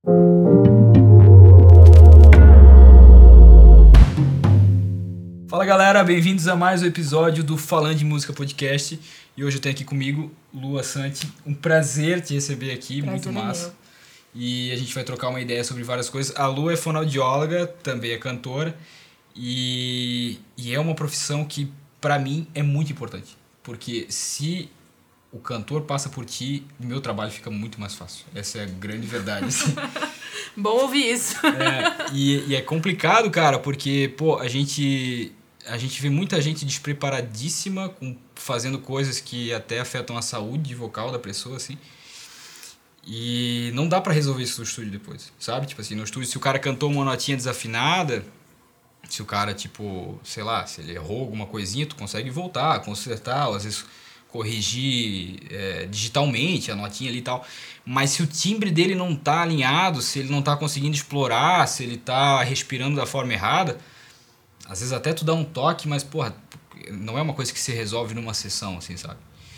Fala galera, bem-vindos a mais um episódio do Falando de Música Podcast. E hoje eu tenho aqui comigo Lua Santi. Um prazer te receber aqui, muito massa. Meu. E a gente vai trocar uma ideia sobre várias coisas. A Lua é fonoaudióloga, também é cantora. E é uma profissão que, pra mim, é muito importante. Porque se o cantor passa por ti, o meu trabalho fica muito mais fácil. Essa é a grande verdade. Assim. Bom ouvir isso. E é complicado, cara, porque, pô, a gente vê muita gente despreparadíssima, fazendo coisas que até afetam a saúde vocal da pessoa, assim. E não dá pra resolver isso no estúdio depois, sabe? Tipo assim, no estúdio, se o cara cantou uma notinha desafinada, se o cara, tipo, sei lá, se ele errou alguma coisinha, tu consegue voltar, consertar, ou às vezes corrigir digitalmente a notinha ali e tal. Mas se o timbre dele não tá alinhado, se ele não tá conseguindo explorar, se ele tá respirando da forma errada, às vezes até tu dá um toque, mas, porra, não é uma coisa que se resolve numa sessão, assim, sabe?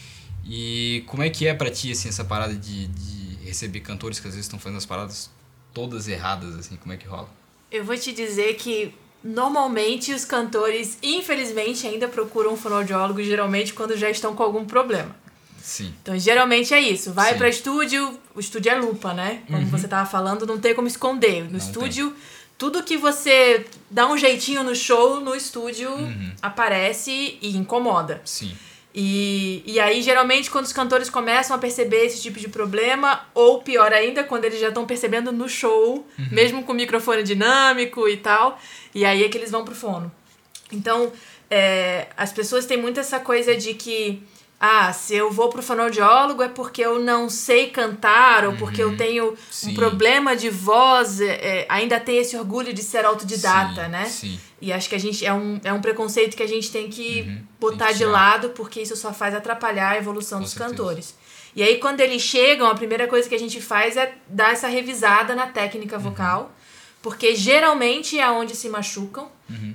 E como é que é pra ti, assim, essa parada de receber cantores que às vezes estão fazendo as paradas todas erradas, assim, como é que rola? Eu vou te dizer que normalmente os cantores, infelizmente, ainda procuram um fonoaudiólogo, geralmente quando já estão com algum problema. Sim. Então, geralmente é isso. Vai Sim. pra estúdio, o estúdio é lupa, né? Como você tava falando, não tem como esconder. No Não estúdio, tem. tudo que você dá um jeitinho no show, no estúdio, aparece e incomoda. Sim. E aí, geralmente, quando os cantores começam a perceber esse tipo de problema, ou pior ainda, quando eles já estão percebendo no show, mesmo com microfone dinâmico e tal, e aí é que eles vão pro fono. Então, as pessoas têm muito essa coisa de que, se eu vou pro fonoaudiólogo é porque eu não sei cantar, ou porque eu tenho Sim. um problema de voz, ainda tem esse orgulho de ser autodidata, Sim, né? sim. E acho que a gente é um preconceito que a gente tem que botar tem que de tirar. lado, porque isso só faz atrapalhar a evolução Com dos certeza. cantores. E aí, quando eles chegam, a primeira coisa que a gente faz é dar essa revisada na técnica vocal, porque geralmente é onde se machucam,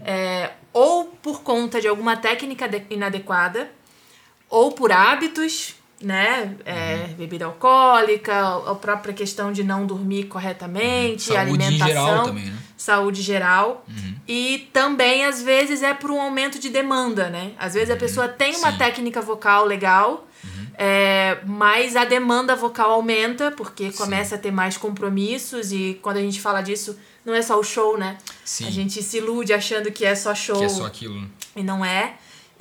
ou por conta de alguma técnica inadequada, ou por hábitos, né? Bebida alcoólica, a própria questão de não dormir corretamente, Saúde alimentação. em geral também, né? Saúde geral. E também, às vezes, é por um aumento de demanda, né? Às vezes a pessoa tem uma Sim. técnica vocal legal, mas a demanda vocal aumenta, porque começa a ter mais compromissos, e quando a gente fala disso, não é só o show, né? Sim. A gente se ilude achando que é só show. Que é só aquilo, né? E não é.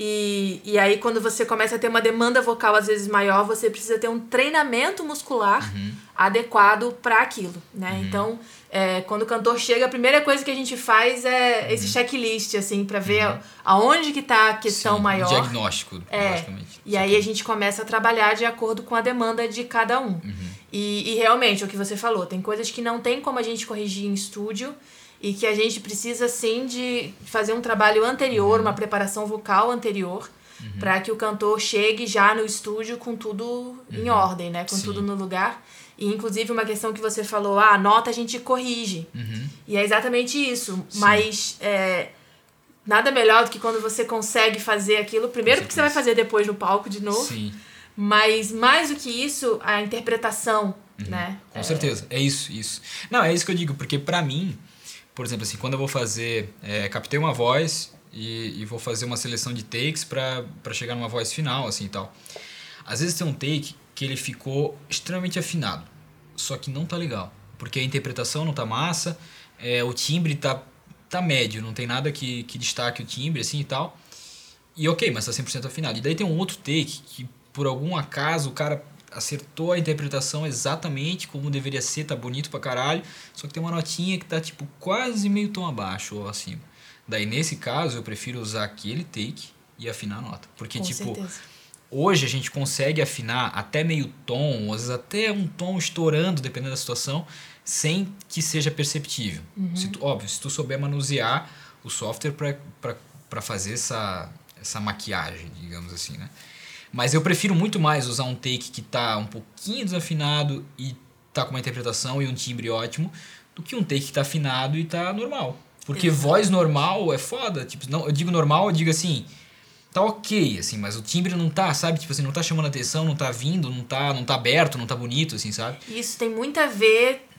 E aí, quando você começa a ter uma demanda vocal às vezes maior, você precisa ter um treinamento muscular adequado para aquilo, né? Então, quando o cantor chega, a primeira coisa que a gente faz é esse checklist, assim, para ver aonde que tá a questão Sim, maior. diagnóstico, basicamente. E aí a gente começa a trabalhar de acordo com a demanda de cada um. E realmente, o que você falou, tem coisas que não tem como a gente corrigir em estúdio, e que a gente precisa, sim, de fazer um trabalho anterior, uma preparação vocal anterior, para que o cantor chegue já no estúdio com tudo em ordem, né? Com Sim. tudo no lugar. E, inclusive, uma questão que você falou, a nota a gente corrige. E é exatamente isso. Sim. Mas nada melhor do que quando você consegue fazer aquilo. Primeiro, porque você vai fazer depois no palco de novo. Sim. Mas, mais do que isso, a interpretação, né? Com certeza, é isso. Não, é isso que eu digo, porque pra mim, por exemplo, assim, quando eu vou fazer, captei uma voz e vou fazer uma seleção de takes pra chegar numa voz final, assim, e tal. Às vezes tem um take que ele ficou extremamente afinado, só que não tá legal, porque a interpretação não tá massa, o timbre tá médio, não tem nada que destaque o timbre, assim, e tal. E ok, mas tá 100% afinado. E daí tem um outro take que, por algum acaso, o cara acertou a interpretação exatamente como deveria ser, tá bonito pra caralho, só que tem uma notinha que tá tipo quase meio tom abaixo ou acima. Daí nesse caso eu prefiro usar aquele take e afinar a nota, porque Com tipo, certeza. hoje a gente consegue afinar até meio tom, ou às vezes até um tom estourando, dependendo da situação, sem que seja perceptível. Óbvio, se tu souber manusear o software pra fazer essa maquiagem, digamos assim, né? Mas eu prefiro muito mais usar um take que tá um pouquinho desafinado e tá com uma interpretação e um timbre ótimo, do que um take que tá afinado e tá normal. Porque Exato. voz normal é foda. Tipo, não, eu digo normal, eu digo assim, tá ok, assim, mas o timbre não tá, sabe? Tipo assim, não tá chamando atenção, não tá vindo, não tá aberto, não tá bonito, assim, sabe? Isso tem muito a ver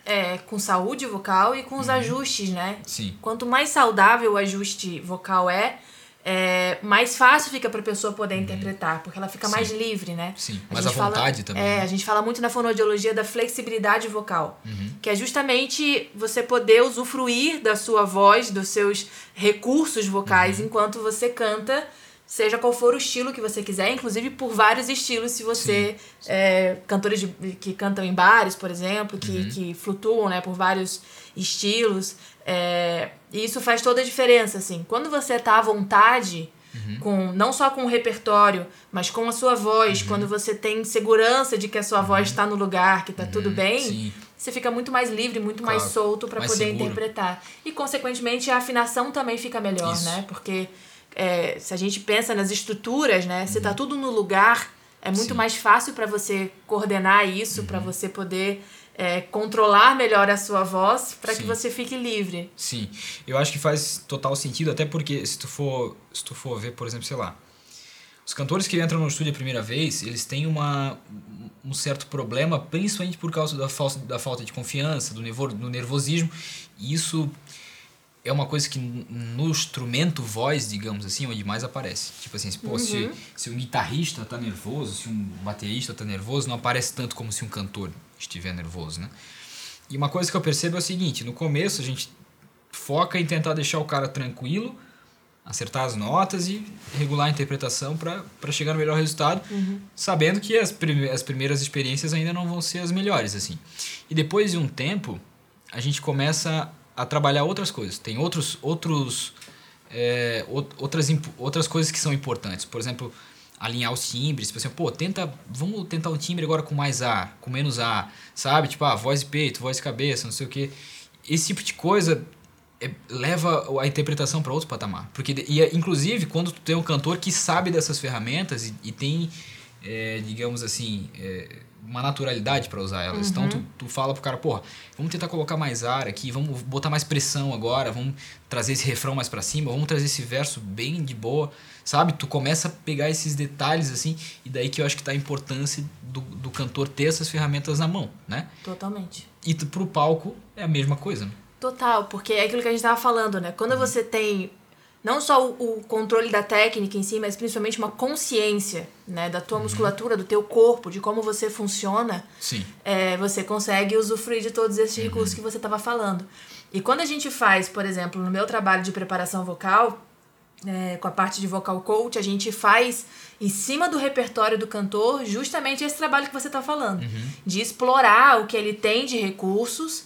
com saúde vocal e com os ajustes, né? Sim. Quanto mais saudável o ajuste vocal mais fácil fica para a pessoa poder interpretar, porque ela fica mais livre, né? Sim, mais à vontade também. A gente fala muito na fonoaudiologia da flexibilidade vocal, que é justamente você poder usufruir da sua voz, dos seus recursos vocais enquanto você canta, seja qual for o estilo que você quiser, inclusive por vários estilos, se você... cantores que cantam em bares, por exemplo, que flutuam, né, por vários estilos. E isso faz toda a diferença, assim. Quando você tá à vontade, não só com o repertório, mas com a sua voz, quando você tem segurança de que a sua voz está no lugar, que tá tudo bem, você fica muito mais livre, muito mais solto para poder seguro. Interpretar. E, consequentemente, a afinação também fica melhor, né? Porque se a gente pensa nas estruturas, né? Se tá tudo no lugar, é muito mais fácil para você coordenar isso, para você poder controlar melhor a sua voz, para que você fique livre. Sim, eu acho que faz total sentido, até porque se tu for ver, por exemplo, sei lá, os cantores que entram no estúdio a primeira vez, eles têm um certo problema, principalmente por causa da falta de confiança, do nervosismo, e isso é uma coisa que no instrumento voz, digamos assim, onde mais aparece. Tipo assim, se um guitarrista tá nervoso, se um baterista tá nervoso, não aparece tanto como se um cantor estiver nervoso, né? E uma coisa que eu percebo é o seguinte, no começo a gente foca em tentar deixar o cara tranquilo, acertar as notas e regular a interpretação para chegar no melhor resultado, sabendo que as primeiras experiências ainda não vão ser as melhores, assim. E depois de um tempo, a gente começa a trabalhar outras coisas. Tem outras coisas que são importantes. Por exemplo, alinhar os timbres. Por exemplo, vamos tentar um timbre agora com mais A, com menos A, sabe? Tipo, voz e peito, voz e cabeça, não sei o quê. Esse tipo de coisa leva a interpretação para outro patamar. Inclusive, quando tu tem um cantor que sabe dessas ferramentas e tem, digamos assim... uma naturalidade para usar elas. Então tu fala pro cara, vamos tentar colocar mais ar aqui, vamos botar mais pressão agora, vamos trazer esse refrão mais para cima, vamos trazer esse verso bem de boa, sabe? Tu começa a pegar esses detalhes assim, e daí que eu acho que tá a importância do cantor ter essas ferramentas na mão, né? Totalmente. E pro palco é a mesma coisa, né? Total, porque é aquilo que a gente tava falando, né? Quando você tem não só o controle da técnica em si, mas principalmente uma consciência, né, da tua musculatura, do teu corpo, de como você funciona, você consegue usufruir de todos esses recursos que você estava falando. E quando a gente faz, por exemplo, no meu trabalho de preparação vocal, com a parte de vocal coach, a gente faz em cima do repertório do cantor justamente esse trabalho que você está falando, de explorar o que ele tem de recursos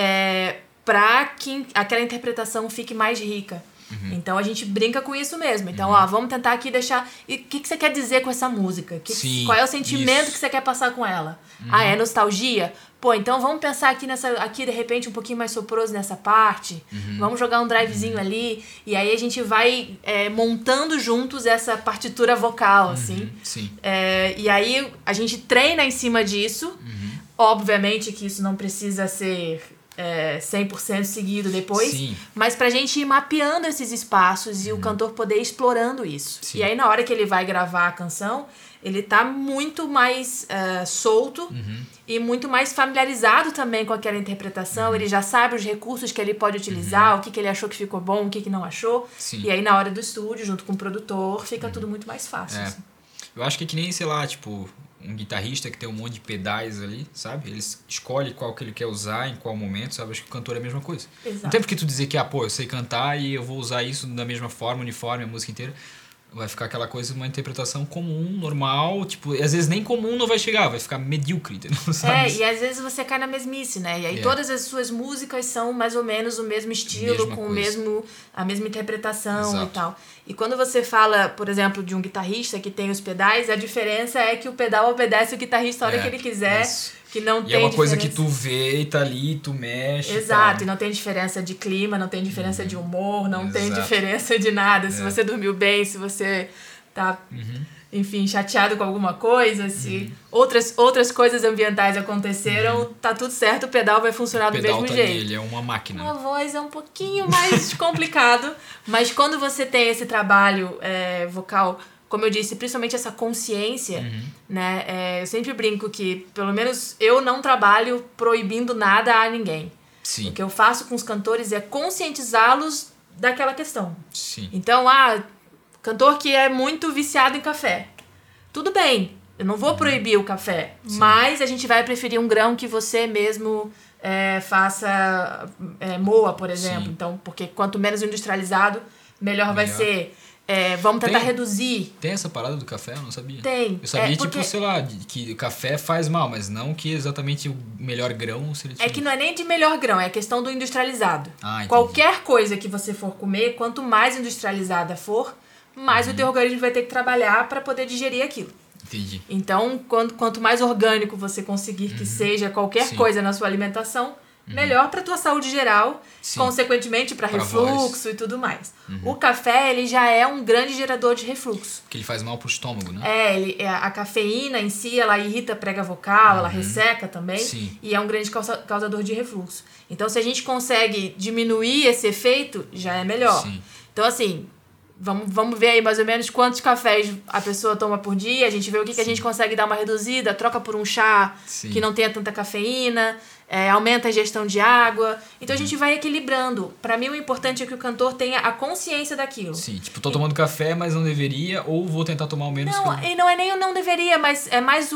para que aquela interpretação fique mais rica. Então a gente brinca com isso mesmo. Então, vamos tentar aqui deixar... E o que você quer dizer com essa música? Qual é o sentimento que você quer passar com ela? É nostalgia? Então vamos pensar aqui de repente um pouquinho mais soproso nessa parte. Vamos jogar um drivezinho ali. E aí a gente vai montando juntos essa partitura vocal, assim. E aí a gente treina em cima disso. Obviamente que isso não precisa ser... 100% seguido depois, mas pra gente ir mapeando esses espaços e o cantor poder ir explorando isso. E aí na hora que ele vai gravar a canção, ele tá muito mais solto e muito mais familiarizado também com aquela interpretação. Ele já sabe os recursos que ele pode utilizar, o que ele achou que ficou bom, o que não achou. E aí na hora do estúdio, junto com o produtor, fica tudo muito mais fácil. Assim. Eu acho que é que nem, sei lá, tipo... um guitarrista que tem um monte de pedais ali, sabe? Ele escolhe qual que ele quer usar, em qual momento, sabe? Acho que o cantor é a mesma coisa. Exato. Não tem porque tu dizer que, eu sei cantar e eu vou usar isso da mesma forma, uniforme, a música inteira. Vai ficar aquela coisa, uma interpretação comum, normal, tipo, e às vezes nem comum não vai chegar, vai ficar medíocre, entendeu? Sabe? E às vezes você cai na mesmice, né? E aí todas as suas músicas são mais ou menos o mesmo estilo, com a mesma interpretação e tal. E quando você fala, por exemplo, de um guitarrista que tem os pedais, a diferença é que o pedal obedece o guitarrista a hora que ele quiser. Isso. Que não e tem é uma diferença. Coisa que tu vê e tá ali, tu mexe. Exato, e não tem diferença de clima, não tem diferença de humor, não tem diferença de nada. Se você dormiu bem, se você tá, enfim, chateado com alguma coisa, se outras coisas ambientais aconteceram, tá tudo certo, o pedal vai funcionar do mesmo jeito. Ele é uma máquina. A voz é um pouquinho mais complicado, mas quando você tem esse trabalho vocal como eu disse, principalmente essa consciência, né? Eu sempre brinco que, pelo menos, eu não trabalho proibindo nada a ninguém. Sim. O que eu faço com os cantores é conscientizá-los daquela questão. Sim. Então, cantor que é muito viciado em café. Tudo bem, eu não vou proibir o café, mas a gente vai preferir um grão que você mesmo faça moa, por exemplo. Sim. Então, porque quanto menos industrializado, melhor vai ser. Vamos tentar reduzir. Tem essa parada do café? Eu não sabia. Tem. Eu sabia, sei lá, que o café faz mal, mas não que exatamente o melhor grão seria É que não é nem de melhor grão, é questão do industrializado. Entendi. Qualquer coisa que você for comer, quanto mais industrializada for, mais o teu organismo vai ter que trabalhar para poder digerir aquilo. Entendi. Então, quanto mais orgânico você conseguir que seja qualquer coisa na sua alimentação, melhor para tua saúde geral, consequentemente para refluxo e tudo mais. O café, ele já é um grande gerador de refluxo. Porque ele faz mal pro estômago, né? A cafeína em si, ela irrita a prega vocal, ela resseca também, e é um grande causador de refluxo. Então, se a gente consegue diminuir esse efeito, já é melhor. Sim. Então, assim, vamos ver aí mais ou menos quantos cafés a pessoa toma por dia, a gente vê o que a gente consegue dar uma reduzida, troca por um chá que não tenha tanta cafeína, aumenta a ingestão de água. Então a gente vai equilibrando. Pra mim o importante é que o cantor tenha a consciência daquilo. Sim, tipo, tô tomando café, mas não deveria, ou vou tentar tomar o menos não, que eu... E não é nem o não deveria, mas é mais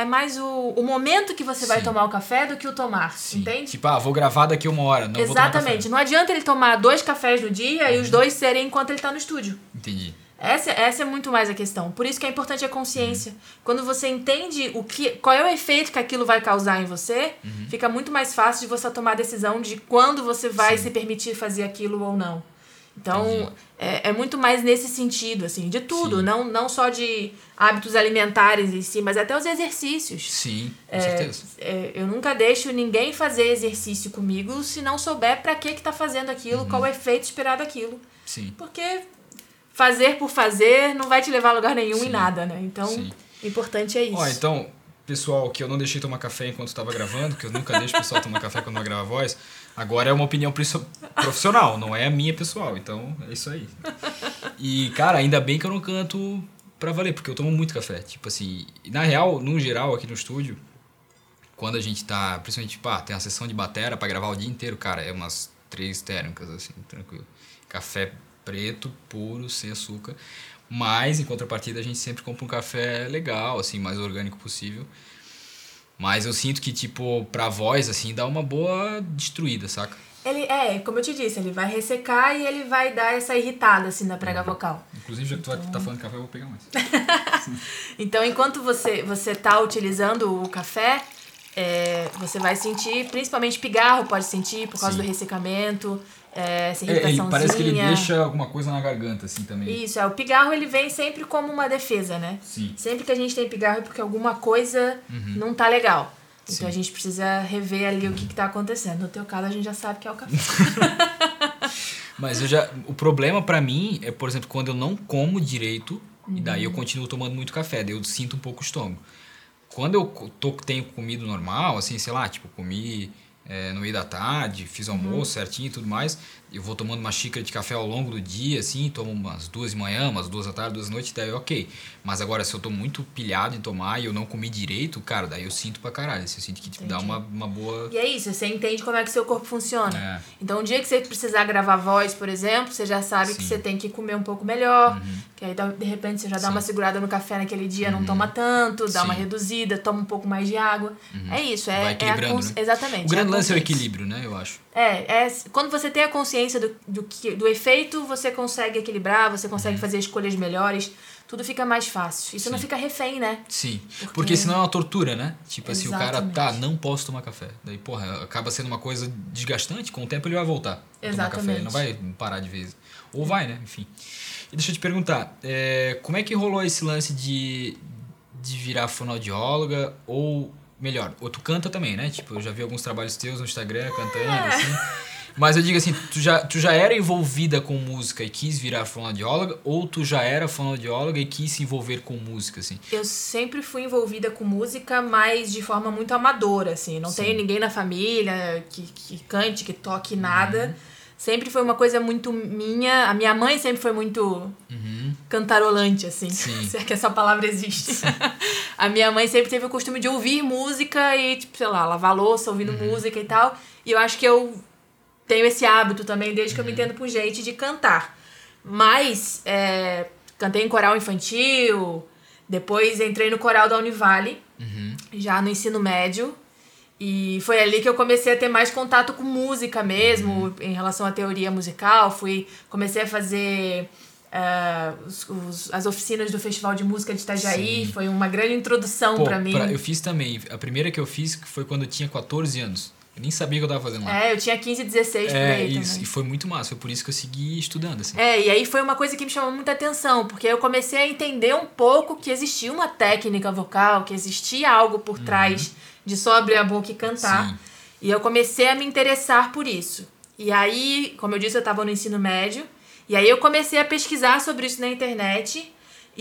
o momento que você vai tomar o café do que o tomar, entende? Tipo, vou gravar daqui 1 hora, não vou tomar café. Exatamente, não adianta ele tomar 2 cafés no dia e os 2 serem enquanto ele tá no estúdio. Entendi. Essa é muito mais a questão. Por isso que é importante a consciência. Quando você entende qual é o efeito que aquilo vai causar em você, fica muito mais fácil de você tomar a decisão de quando você vai se permitir fazer aquilo ou não. Então, é muito mais nesse sentido, assim, de tudo. Não só de hábitos alimentares em si, mas até os exercícios. Sim, com certeza. Eu nunca deixo ninguém fazer exercício comigo se não souber pra que tá fazendo aquilo, qual é o efeito esperado daquilo. Sim. Porque fazer por fazer não vai te levar a lugar nenhum em nada, né? Então, o importante é isso. Então, pessoal, que eu não deixei tomar café enquanto estava gravando, que eu nunca deixo o pessoal tomar café quando vai gravar a voz, agora é uma opinião profissional, não é a minha pessoal. Então, é isso aí. E, cara, ainda bem que eu não canto pra valer, porque eu tomo muito café. Tipo assim, na real, no geral, aqui no estúdio, quando a gente tá, principalmente, tem uma sessão de batera pra gravar o dia inteiro, cara, é umas 3 térmicas, assim, tranquilo. Café preto, puro, sem açúcar. Mas, em contrapartida, a gente sempre compra um café legal, assim, mais orgânico possível. Mas eu sinto que, tipo, pra voz, assim, dá uma boa destruída, saca? Como eu te disse, ele vai ressecar e ele vai dar essa irritada, assim, na prega vocal. Inclusive, já que tu tá falando de café, eu vou pegar mais. Então, enquanto você tá utilizando o café, você vai sentir, principalmente pigarro pode sentir por causa do ressecamento, essa irritaçãozinha. Parece que ele deixa alguma coisa na garganta, assim, também. Isso, o pigarro ele vem sempre como uma defesa, né? Sim. Sempre que a gente tem pigarro é porque alguma coisa não tá legal. Então Sim. a gente precisa rever ali o que tá acontecendo. No teu caso, a gente já sabe que é o café. Mas o problema pra mim é, por exemplo, quando eu não como direito, e daí eu continuo tomando muito café, daí eu sinto um pouco o estômago. Quando eu tenho comido normal, assim, sei lá, tipo, comi no meio da tarde, fiz almoço certinho e tudo mais, eu vou tomando uma xícara de café ao longo do dia, assim, tomo umas 2 de manhã, umas 2 da tarde, 2 da noite, daí ok. Mas agora, se eu tô muito pilhado em tomar e eu não comi direito, cara, daí eu sinto pra caralho, assim, eu sinto que tipo, dá uma boa... E é isso, você entende como é que seu corpo funciona. É. Então, um dia que você precisar gravar voz, por exemplo, você já sabe que você tem que comer um pouco melhor, que aí, de repente, você já dá uma segurada no café naquele dia, não toma tanto, dá uma reduzida, toma um pouco mais de água. É isso, Vai equilibrando, né? Exatamente. O grande lance é o equilíbrio, né, eu acho. Quando você tem a consciência do efeito, você consegue equilibrar, você consegue fazer escolhas melhores, tudo fica mais fácil. Isso não fica refém, né? Sim, porque senão é uma tortura, né? Tipo assim, o cara, não posso tomar café. Daí, porra, acaba sendo uma coisa desgastante, com o tempo ele vai voltar a tomar café, ele não vai parar de vez. Ou vai, né? Enfim. E deixa eu te perguntar, como é que rolou esse lance de virar fonoaudióloga, ou melhor, ou tu canta também, né? Tipo, eu já vi alguns trabalhos teus no Instagram cantando, assim. Mas eu digo assim, tu já era envolvida com música e quis virar fonoaudióloga, ou tu já era fonoaudióloga e quis se envolver com música, assim? Eu sempre fui envolvida com música, mas de forma muito amadora, assim. Não tenho ninguém na família que cante, que toque nada. Sempre foi uma coisa muito minha. A minha mãe sempre foi muito cantarolante, assim. Sim. Se é que essa palavra existe. A minha mãe sempre teve o costume de ouvir música e, tipo, sei lá, lavar louça, ouvindo música e tal. E eu acho que eu tenho esse hábito também, desde que eu me entendo por gente, de cantar. Mas, cantei em coral infantil, depois entrei no coral da Univale, já no ensino médio. E foi ali que eu comecei a ter mais contato com música mesmo, em relação à teoria musical. Comecei a fazer as oficinas do Festival de Música de Itajaí. Sim. Foi uma grande introdução pra mim. Eu fiz também. A primeira que eu fiz foi quando eu tinha 14 anos. Eu nem sabia o que eu tava fazendo lá. Eu tinha 15, 16 por aí isso. também. E foi muito massa. Foi por isso que eu segui estudando, assim. E aí foi uma coisa que me chamou muita atenção, porque eu comecei a entender um pouco que existia uma técnica vocal, que existia algo por trás de só abrir a boca e cantar. Sim. E eu comecei a me interessar por isso. E aí, como eu disse, eu estava no ensino médio. E aí eu comecei a pesquisar sobre isso na internet.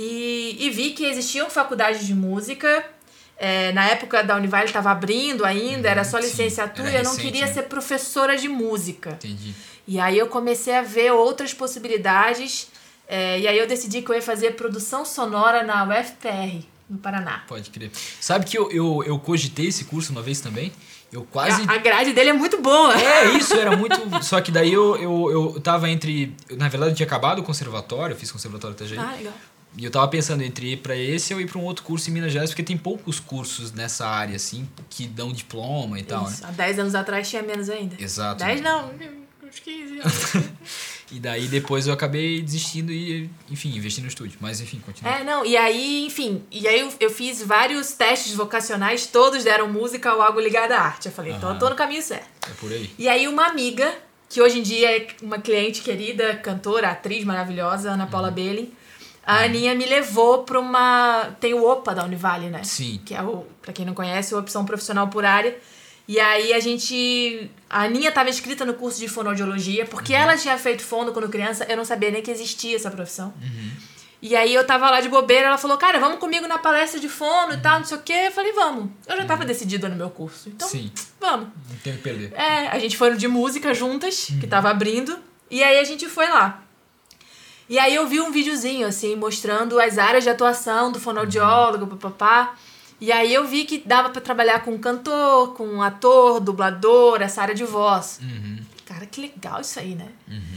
E vi que existiam faculdades de música. Na época da Univale estava abrindo ainda, era só licenciatura. E eu não queria ser professora de música. Entendi. E aí eu comecei a ver outras possibilidades. E aí eu decidi que eu ia fazer produção sonora na UFPR. No Paraná. Pode crer. Sabe que eu cogitei esse curso uma vez também? Eu quase... A grade dele é muito boa. Isso era muito... Só que daí eu tava entre... Na verdade, eu tinha acabado o conservatório, eu fiz conservatório Itajaí. Legal. E eu tava pensando entre ir pra esse ou ir pra um outro curso em Minas Gerais, porque tem poucos cursos nessa área, assim, que dão diploma e tal, né? Há 10 anos atrás tinha menos ainda. Exato. 10 não, uns 15 anos. E daí depois eu acabei desistindo e, enfim, investindo no estúdio. Mas, enfim, continua. E aí, enfim, eu fiz vários testes vocacionais, todos deram música ou algo ligado à arte. Eu falei, então eu tô no caminho certo. É por aí. E aí uma amiga, que hoje em dia é uma cliente querida, cantora, atriz maravilhosa, Ana Paula Belling, a Aninha me levou pra uma... Tem o OPA da Univale, né? Sim. Que é, pra quem não conhece, a Opção Profissional por Área. E aí a Aninha estava inscrita no curso de fonoaudiologia, porque ela tinha feito fono quando criança, eu não sabia nem que existia essa profissão. E aí eu tava lá de bobeira, ela falou, cara, vamos comigo na palestra de fono e tal, não sei o quê. Eu falei, vamos. Eu já tava decidida no meu curso, então vamos. Não tem o que perder. A gente foi no de música juntas, que tava abrindo, e aí a gente foi lá. E aí eu vi um videozinho, assim, mostrando as áreas de atuação do fonoaudiólogo, papapá. E aí eu vi que dava pra trabalhar com cantor, com ator, dublador, essa área de voz. Cara, que legal isso aí, né?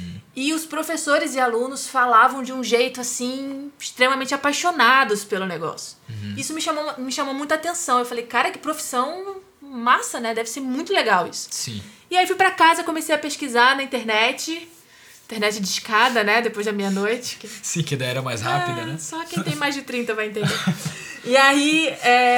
E os professores e alunos falavam de um jeito, assim, extremamente apaixonados pelo negócio. Isso me chamou muita atenção. Eu falei, cara, que profissão massa, né? Deve ser muito legal isso. Sim. E aí fui pra casa, comecei a pesquisar na internet... Internet de escada, né? Depois da meia-noite. Sim, que daí era mais rápida, né? Só quem tem mais de 30 vai entender. E aí,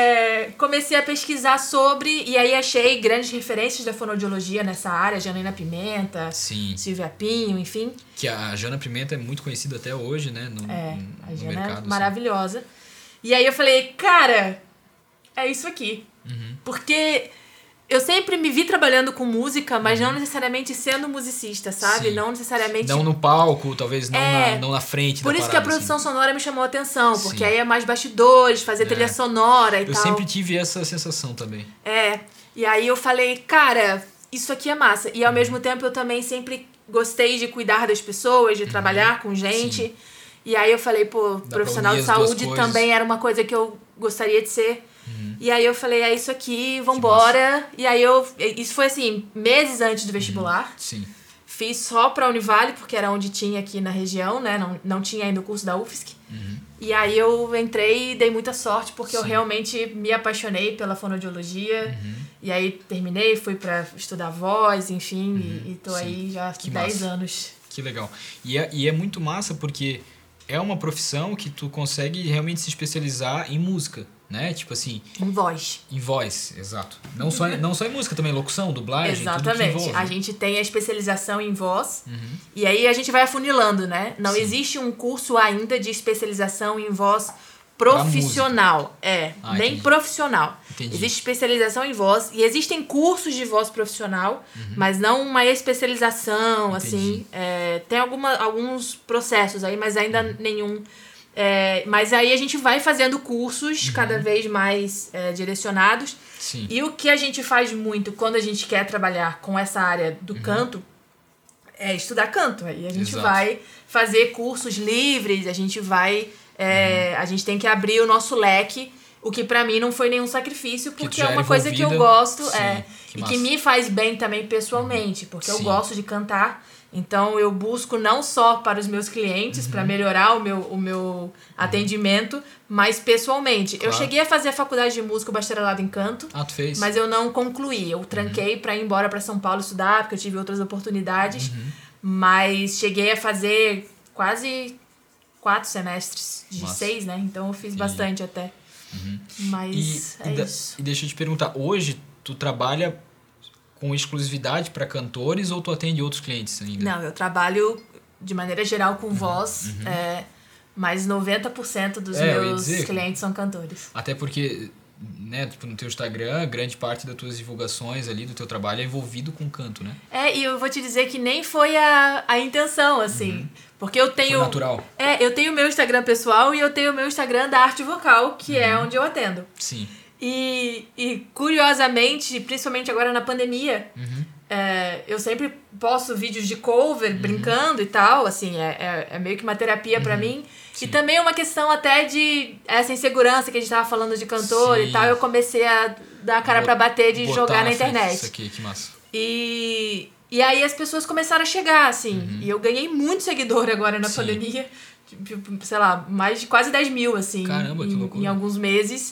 comecei a pesquisar sobre... E aí achei grandes referências da fonoaudiologia nessa área. Janaína Pimenta, Silvia Pinho, enfim. Que a Jana Pimenta é muito conhecida até hoje, né? A Jana mercado, é maravilhosa. Assim. E aí eu falei, cara, é isso aqui. Porque... Eu sempre me vi trabalhando com música, mas não necessariamente sendo musicista, sabe? Sim. Não necessariamente... Não no palco, talvez não na frente Por da isso parada, que a produção sonora me chamou a atenção, porque Sim. aí é mais bastidores, fazer trilha sonora e tal. Eu sempre tive essa sensação também. E aí eu falei, cara, isso aqui é massa. E ao mesmo tempo eu também sempre gostei de cuidar das pessoas, de trabalhar com gente. Sim. E aí eu falei, pô, profissional de saúde também era uma coisa que eu gostaria de ser. E aí eu falei, é isso aqui, vambora. E aí isso foi assim, meses antes do vestibular. Sim. Fiz só pra Univale, porque era onde tinha aqui na região, né? Não tinha ainda o curso da UFSC. E aí eu entrei e dei muita sorte, porque eu realmente me apaixonei pela fonoaudiologia. E aí terminei, fui pra estudar voz, enfim, e tô aí já há 10 anos. Que legal. E é muito massa, porque é uma profissão que tu consegue realmente se especializar em música. Né? Tipo assim... Em voz. Em voz, exato. Não só em música, também locução, dublagem, exatamente. Tudo que envolve. A gente tem a especialização em voz e aí a gente vai afunilando, né? Não existe um curso ainda de especialização em voz profissional. Nem entendi. Profissional. Entendi. Existe especialização em voz e existem cursos de voz profissional, mas não uma especialização, assim. Tem alguns processos aí, mas ainda nenhum... mas aí a gente vai fazendo cursos cada vez mais direcionados. Sim. E o que a gente faz muito quando a gente quer trabalhar com essa área do canto é estudar canto. Aí a gente Exato. vai fazer cursos livres, a gente vai... a gente tem que abrir o nosso leque, o que pra mim não foi nenhum sacrifício, porque é uma coisa que eu gosto e que me faz bem também pessoalmente, porque eu gosto de cantar. Então eu busco não só para os meus clientes, para melhorar o meu atendimento, mas pessoalmente. Claro. Eu cheguei a fazer a faculdade de música, o bacharelado em canto, tu fez? mas eu não concluí. Eu tranquei para ir embora para São Paulo estudar, porque eu tive outras oportunidades, mas cheguei a fazer quase 4 semestres de 6, né? Então eu fiz bastante até. Mas isso. E deixa eu te perguntar, hoje tu trabalha com exclusividade para cantores ou tu atende outros clientes ainda? Não, eu trabalho de maneira geral com voz, mas 90% dos meus clientes são cantores. Até porque, né, tipo, no teu Instagram, grande parte das tuas divulgações ali do teu trabalho é envolvido com canto, né? E eu vou te dizer que nem foi a intenção, assim. Porque eu tenho... Foi natural. Eu tenho o meu Instagram pessoal e eu tenho o meu Instagram da arte vocal, que é onde eu atendo. Sim. E curiosamente, principalmente agora na pandemia, eu sempre posto vídeos de cover, brincando e tal, assim, é meio que uma terapia pra mim. Sim. E também uma questão até de essa insegurança que a gente tava falando de cantor e tal, eu comecei a dar a cara pra bater de jogar na internet. Isso aqui, que massa. E aí as pessoas começaram a chegar, assim, e eu ganhei muito seguidor agora na pandemia, tipo, sei lá, mais de quase 10 mil, assim. Caramba, que loucura. Em alguns meses.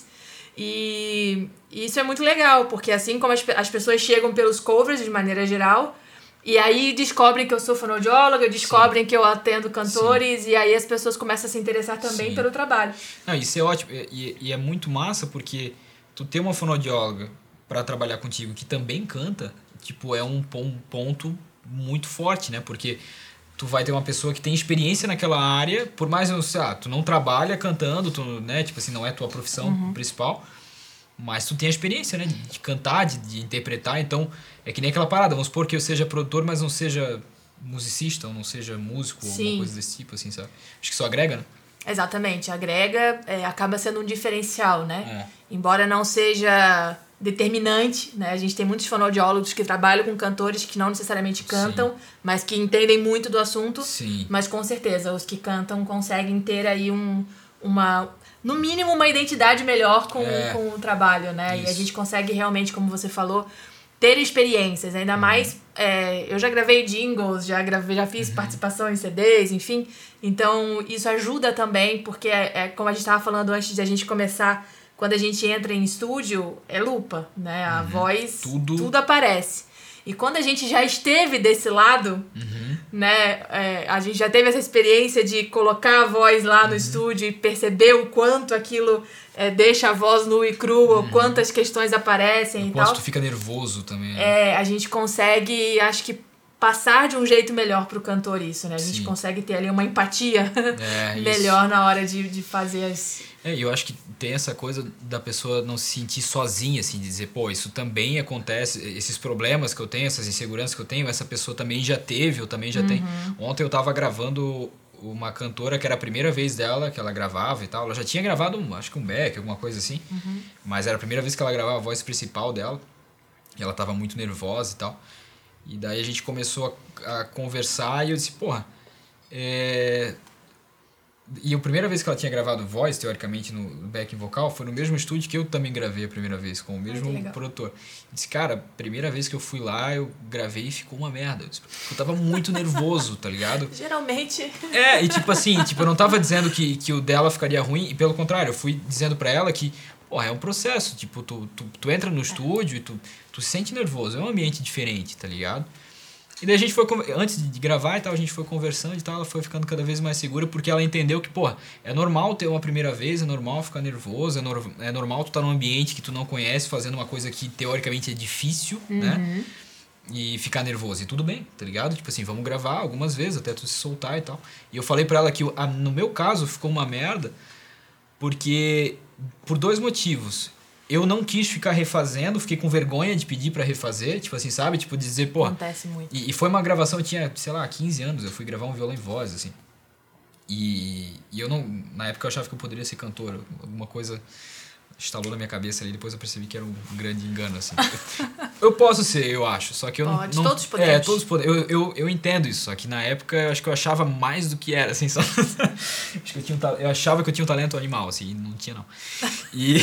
E isso é muito legal, porque assim como as pessoas chegam pelos covers de maneira geral, e aí descobrem que eu sou fonoaudióloga, descobrem que eu atendo cantores, e aí as pessoas começam a se interessar também pelo trabalho. Não, isso é ótimo, e é muito massa porque tu ter uma fonoaudióloga para trabalhar contigo que também canta, tipo, é um ponto muito forte, né? Porque tu vai ter uma pessoa que tem experiência naquela área, por mais, tu não trabalha cantando, tu, né, tipo assim, não é tua profissão principal, mas tu tem a experiência, né, de cantar, de interpretar, então é que nem aquela parada, vamos supor que eu seja produtor, mas não seja musicista, ou não seja músico, ou alguma coisa desse tipo, assim, sabe? Acho que isso agrega, né? Exatamente, agrega, acaba sendo um diferencial, né? Embora não seja determinante, né? A gente tem muitos fonoaudiólogos que trabalham com cantores que não necessariamente cantam, mas que entendem muito do assunto. Sim. Mas com certeza, os que cantam conseguem ter aí no mínimo uma identidade melhor com o trabalho, né? Isso. E a gente consegue realmente, como você falou, ter experiências, ainda mais... eu já gravei jingles, já fiz participação em CDs, enfim. Então, isso ajuda também, porque como a gente estava falando antes de a gente começar, quando a gente entra em estúdio, é lupa, né? A voz, tudo aparece. E quando a gente já esteve desse lado, né? A gente já teve essa experiência de colocar a voz lá no estúdio e perceber o quanto aquilo deixa a voz nua e crua, o quantas questões aparecem e tal. Quanto tu fica nervoso também. Né? A gente consegue, acho que, passar de um jeito melhor pro cantor isso, né? A gente consegue ter ali uma empatia melhor na hora de fazer as... eu acho que tem essa coisa da pessoa não se sentir sozinha, assim, de dizer, pô, isso também acontece, esses problemas que eu tenho, essas inseguranças que eu tenho, essa pessoa também já teve, eu também já tenho. Ontem eu tava gravando uma cantora que era a primeira vez dela, que ela gravava e tal, ela já tinha gravado, acho que um back, alguma coisa assim, mas era a primeira vez que ela gravava a voz principal dela, e ela tava muito nervosa e tal. E daí a gente começou a conversar e eu disse, porra, E a primeira vez que ela tinha gravado voz, teoricamente, no backing vocal, foi no mesmo estúdio que eu também gravei a primeira vez, com o mesmo produtor. Eu disse, cara, primeira vez que eu fui lá, eu gravei e ficou uma merda. Eu tava muito nervoso, tá ligado? Geralmente. E tipo assim, eu não tava dizendo que o dela ficaria ruim, e pelo contrário, eu fui dizendo pra ela que, porra, é um processo, tipo, tu entra no estúdio e tu se sente nervoso, é um ambiente diferente, tá ligado? E daí a gente foi, antes de gravar e tal, a gente foi conversando e tal, ela foi ficando cada vez mais segura, porque ela entendeu que, pô, é normal ter uma primeira vez, é normal ficar nervoso, é normal tu estar num ambiente que tu não conhece, fazendo uma coisa que teoricamente é difícil, né? E ficar nervoso. E tudo bem, tá ligado? Tipo assim, vamos gravar algumas vezes até tu se soltar e tal. E eu falei pra ela que, no meu caso, ficou uma merda, porque, por 2 motivos. Eu não quis ficar refazendo, fiquei com vergonha de pedir pra refazer, tipo assim, sabe? Tipo, dizer, pô... Acontece muito. E foi uma gravação, eu tinha, sei lá, 15 anos, eu fui gravar um violão em voz, assim. E eu não... Na época eu achava que eu poderia ser cantor, alguma coisa estalou na minha cabeça ali, depois eu percebi que era um grande engano, assim. Eu posso ser, eu acho, só que eu Pode, não... todos podemos. É, todos podemos. Eu entendo isso, só que na época eu acho que eu achava mais do que era, assim, só... acho que eu achava que eu tinha um talento animal, assim, e não tinha não. E...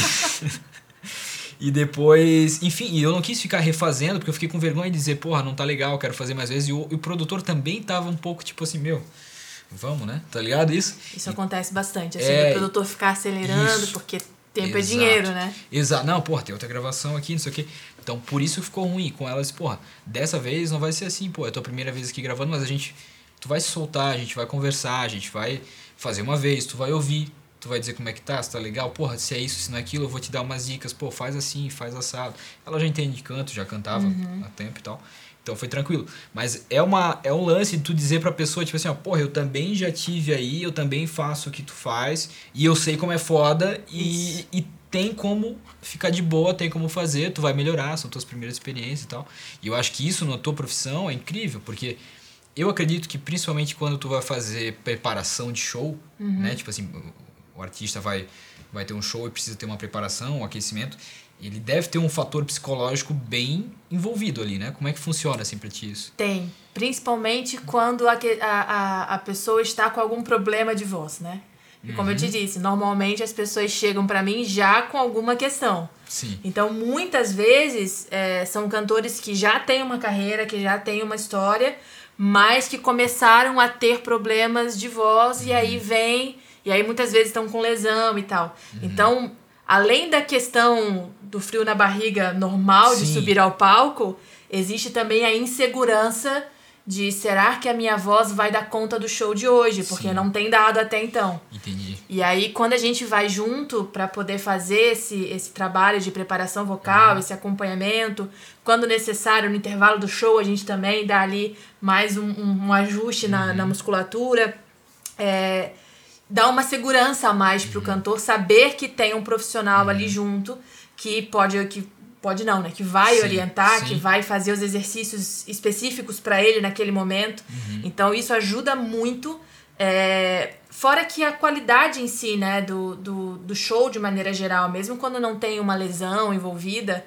E depois, enfim, eu não quis ficar refazendo, porque eu fiquei com vergonha de dizer, porra, não tá legal, quero fazer mais vezes. E o produtor também tava um pouco tipo assim, meu, vamos, né? Tá ligado isso? Isso acontece bastante, assim, o produtor ficar acelerando, isso. porque tempo é dinheiro, né? Exato. Não, porra, tem outra gravação aqui, não sei o quê. Então, por isso ficou ruim com elas. Porra, dessa vez não vai ser assim, pô, é a tua primeira vez aqui gravando, mas tu vai se soltar, a gente vai conversar, a gente vai fazer uma vez, tu vai ouvir. Tu vai dizer como é que tá, se tá legal, porra, se é isso, se não é aquilo, eu vou te dar umas dicas, pô, faz assim, faz assado. Ela já entende de canto, já cantava há tempo e tal, então foi tranquilo. Mas é um lance de tu dizer pra pessoa, tipo assim, ó, porra, eu também já tive aí, eu também faço o que tu faz, e eu sei como é foda, e tem como ficar de boa, tem como fazer, tu vai melhorar, são tuas primeiras experiências e tal. E eu acho que isso na tua profissão é incrível, porque... Eu acredito que principalmente quando tu vai fazer preparação de show, né, tipo assim... O artista vai ter um show e precisa ter uma preparação, um aquecimento. Ele deve ter um fator psicológico bem envolvido ali, né? Como é que funciona assim pra ti isso? Tem. Principalmente quando a pessoa está com algum problema de voz, né? E como eu te disse, normalmente as pessoas chegam pra mim já com alguma questão. Sim. Então, muitas vezes, são cantores que já têm uma carreira, que já têm uma história, mas que começaram a ter problemas de voz e aí vem... E aí muitas vezes estão com lesão e tal. Então, além da questão do frio na barriga normal de subir ao palco, existe também a insegurança de será que a minha voz vai dar conta do show de hoje? Porque não tem dado até então. Entendi. E aí, quando a gente vai junto para poder fazer esse trabalho de preparação vocal, esse acompanhamento, quando necessário, no intervalo do show, a gente também dá ali mais um ajuste na musculatura. Dá uma segurança a mais pro cantor saber que tem um profissional ali junto que que vai orientar, que vai fazer os exercícios específicos para ele naquele momento. Então isso ajuda muito. Fora que a qualidade em si, né, do show de maneira geral, mesmo quando não tem uma lesão envolvida,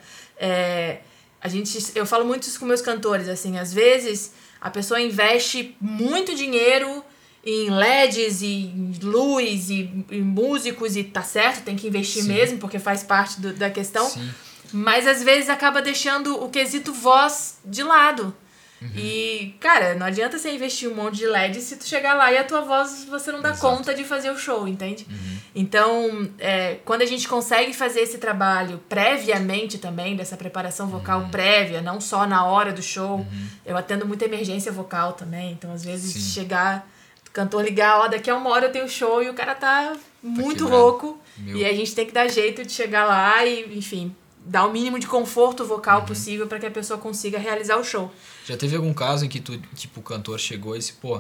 eu falo muito isso com meus cantores, assim, às vezes a pessoa investe muito dinheiro em LEDs e luz e músicos e tá certo, tem que investir mesmo, porque faz parte da questão. Sim. Mas às vezes acaba deixando o quesito voz de lado. E, cara, não adianta você investir um monte de LED se tu chegar lá e a tua voz você não dá conta de fazer o show, entende? Então, quando a gente consegue fazer esse trabalho previamente também, dessa preparação vocal prévia, não só na hora do show, eu atendo muita emergência vocal também, então às vezes chegar... cantor ligar, ó, daqui a 1 hora eu tenho show e o cara tá muito rouco. E a gente tem que dar jeito de chegar lá e, enfim, dar o mínimo de conforto vocal possível para que a pessoa consiga realizar o show. Já teve algum caso em que o cantor chegou e disse, pô,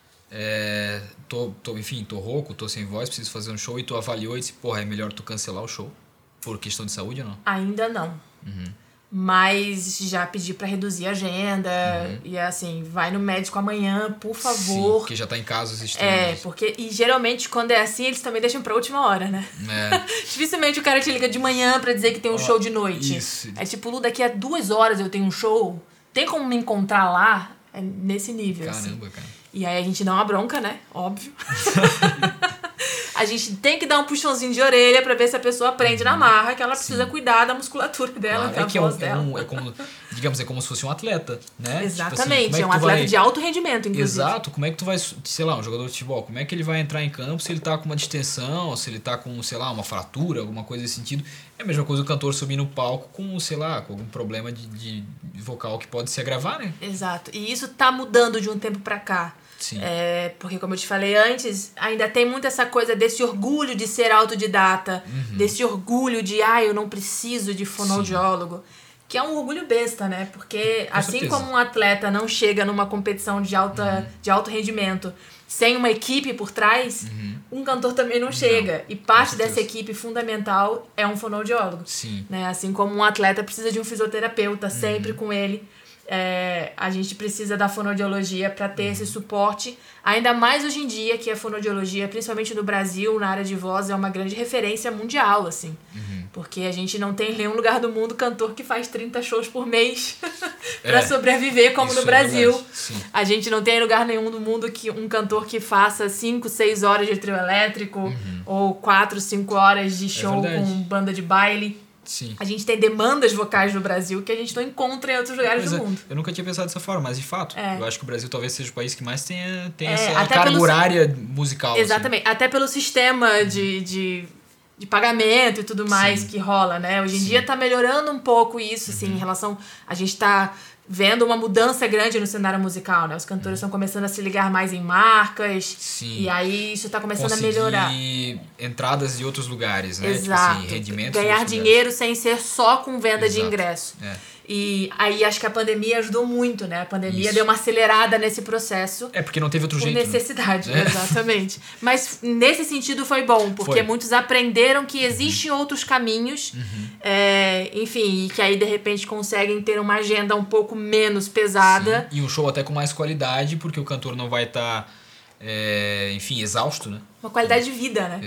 tô rouco, tô sem voz, preciso fazer um show, e tu avaliou e disse, porra, é melhor tu cancelar o show? Por questão de saúde ou não? Ainda não. Mas já pedi pra reduzir a agenda. E assim, vai no médico amanhã, por favor. Sim, porque já tá em casos extremos. E geralmente quando é assim, eles também deixam pra última hora, né? Dificilmente o cara te liga de manhã pra dizer que tem um show de noite. Isso. É tipo, Lu, daqui a 2 horas eu tenho um show. Tem como me encontrar lá? É nesse nível. Caramba, assim. cara. E aí a gente dá uma bronca, né? Óbvio. A gente tem que dar um puxãozinho de orelha pra ver se a pessoa aprende na marra que ela precisa cuidar da musculatura dela, da voz dela. Digamos, é como se fosse um atleta, né? Exatamente, tipo assim, é um atleta de alto rendimento, inclusive. Exato, como é que tu vai, sei lá, um jogador de futebol, como é que ele vai entrar em campo se ele tá com uma distensão, se ele tá com, sei lá, uma fratura, alguma coisa desse sentido. É a mesma coisa o cantor subir no palco com, sei lá, com algum problema de vocal que pode se agravar, né? Exato, e isso tá mudando de um tempo pra cá. Sim. Porque, como eu te falei antes, ainda tem muito essa coisa desse orgulho de ser autodidata, desse orgulho de, eu não preciso de fonoaudiólogo, que é um orgulho besta, né? Porque Com assim certeza. como um atleta não chega numa competição de alto rendimento sem uma equipe por trás, um cantor também não chega. E parte dessa equipe fundamental é um fonoaudiólogo. Sim. Né? Assim como um atleta precisa de um fisioterapeuta sempre com ele. A gente precisa da fonoaudiologia para ter esse suporte, ainda mais hoje em dia que a fonoaudiologia, principalmente no Brasil, na área de voz, é uma grande referência mundial, assim. Porque a gente não tem em nenhum lugar do mundo cantor que faz 30 shows por mês pra sobreviver, como no Brasil. A gente não tem em lugar nenhum do mundo que um cantor que faça 5, 6 horas de trio elétrico ou 4, 5 horas de show com banda de baile. Sim. A gente tem demandas vocais no Brasil que a gente não encontra em outros lugares do mundo. Eu nunca tinha pensado dessa forma, mas de fato, eu acho que o Brasil talvez seja o país que mais tem essa até carga horária musical. Exatamente. Até pelo sistema de pagamento e tudo mais que rola, né? Hoje em dia tá melhorando um pouco isso, assim, em relação... A gente tá vendo uma mudança grande no cenário musical, né? Os cantores estão começando a se ligar mais em marcas. Sim. E aí isso tá começando a melhorar. Entradas de outros lugares, né? Exato. Tipo assim, rendimentos. Ganhar dinheiro sem ser só com venda de ingresso. E aí acho que a pandemia ajudou muito, né? A pandemia deu uma acelerada nesse processo. Porque não teve outro jeito. Por necessidade, né? Exatamente. Mas nesse sentido foi bom, porque muitos aprenderam que existem outros caminhos, enfim, e que aí de repente conseguem ter uma agenda um pouco menos pesada. Sim. E um show até com mais qualidade, porque o cantor não vai estar, enfim, exausto, né? Uma qualidade de vida, né?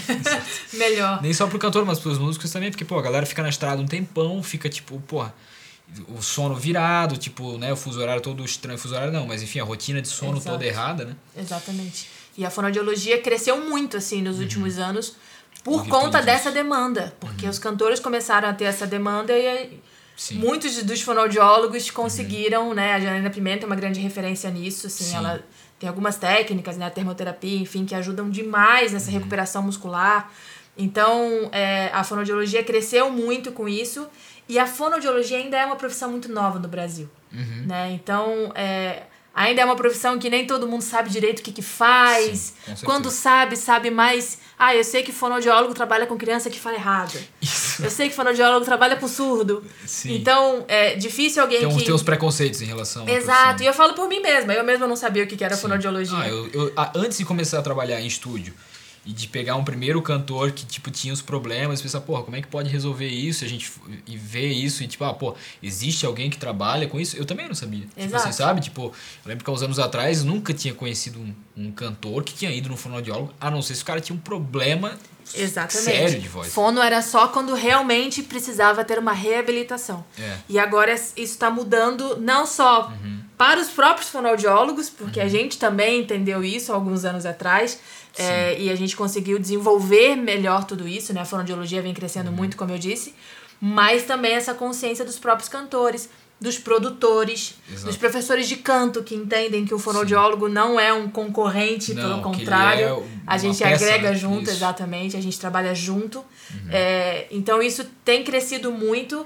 Melhor. Nem só pro cantor, mas pros músicos também, porque, pô, a galera fica na estrada um tempão, fica tipo, porra, o sono virado, tipo, né, o fuso horário todo estranho, fuso horário não, mas enfim, a rotina de sono toda errada, né? Exatamente. E a fonoaudiologia cresceu muito, assim, nos últimos anos por conta dessa demanda, porque os cantores começaram a ter essa demanda e muitos dos fonoaudiólogos conseguiram, né, a Janaína Pimenta é uma grande referência nisso, assim, ela tem algumas técnicas, né, a termoterapia, enfim, que ajudam demais nessa recuperação muscular. Então, a fonoaudiologia cresceu muito com isso. E a fonoaudiologia ainda é uma profissão muito nova no Brasil, né? Então, ainda é uma profissão que nem todo mundo sabe direito o que faz. Sim, quando sabe mais... eu sei que fonoaudiólogo trabalha com criança que fala errado. Isso. Eu sei que fonoaudiólogo trabalha com surdo. Sim. Então, é difícil alguém tem uns preconceitos em relação à Exato. profissão. E eu falo por mim mesma. Eu mesma não sabia o que era fonoaudiologia. Antes de começar a trabalhar em estúdio, e de pegar um primeiro cantor que, tipo, tinha os problemas e pensar, porra, como é que pode resolver isso? E ver isso e, tipo, existe alguém que trabalha com isso? Eu também não sabia. Exato. Tipo, você sabe? Tipo, eu lembro que há uns anos atrás nunca tinha conhecido um cantor que tinha ido no fonoaudiólogo, a não ser se o cara tinha um problema sério de voz. Fono era só quando realmente precisava ter uma reabilitação. E agora isso está mudando não só para os próprios fonoaudiólogos, porque a gente também entendeu isso há alguns anos atrás, e a gente conseguiu desenvolver melhor tudo isso, né? A fonoaudiologia vem crescendo muito, como eu disse, mas também essa consciência dos próprios cantores, dos produtores, dos professores de canto que entendem que o fonoaudiólogo não é um concorrente, pelo contrário, a gente agrega junto, exatamente, a gente trabalha junto. Então isso tem crescido muito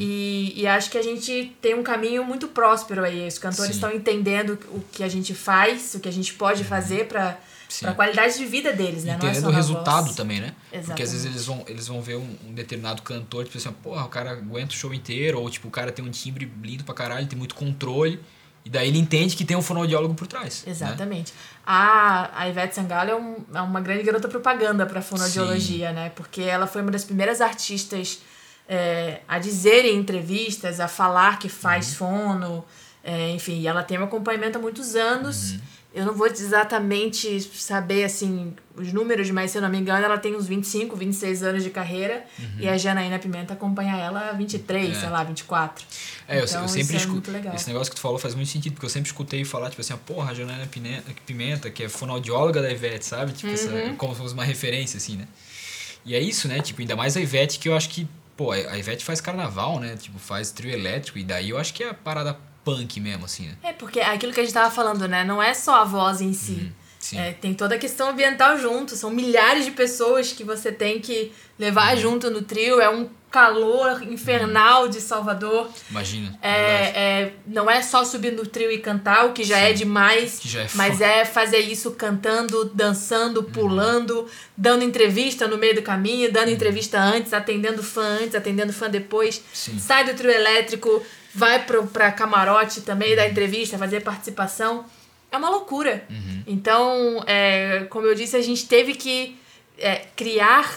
e acho que a gente tem um caminho muito próspero aí. Os cantores estão entendendo o que a gente faz, o que a gente pode fazer para a qualidade de vida deles, né? Entendendo não é só o resultado também, né? Exatamente. Porque às vezes eles vão ver um determinado cantor, tipo assim, porra, o cara aguenta o show inteiro, ou tipo, o cara tem um timbre lindo pra caralho, tem muito controle, e daí ele entende que tem um fonoaudiólogo por trás. Exatamente. Né? A Ivete Sangalo é uma grande garota propaganda pra fonoaudiologia, né? Porque ela foi uma das primeiras artistas a dizer em entrevistas, a falar que faz fono, enfim, ela tem um acompanhamento há muitos anos. Eu não vou exatamente saber, assim, os números, mas se eu não me engano, ela tem uns 25, 26 anos de carreira. E a Janaína Pimenta acompanha ela há 23, sei lá, 24. Então, eu sempre escuto. Esse negócio que tu falou faz muito sentido, porque eu sempre escutei falar, tipo assim, porra, a Janaína Pimenta, que é fonoaudióloga da Ivete, sabe? Tipo, como se fosse uma referência, assim, né? E é isso, né? Tipo, ainda mais a Ivete, que eu acho que, pô, a Ivete faz carnaval, né? Tipo, faz trio elétrico, e daí eu acho que é a parada punk mesmo, assim, né? Porque aquilo que a gente tava falando, né? Não é só a voz em si. Tem toda a questão ambiental junto. São milhares de pessoas que você tem que levar junto no trio. É um calor infernal de Salvador. Imagina. Não é só subir no trio e cantar, o que já é demais. Que já é mas é fazer isso cantando, dançando, pulando, dando entrevista no meio do caminho, dando entrevista antes, atendendo fã depois. Sai do trio elétrico, vai pra camarote também, dar entrevista, fazer participação. É uma loucura. Então, como eu disse, a gente teve que criar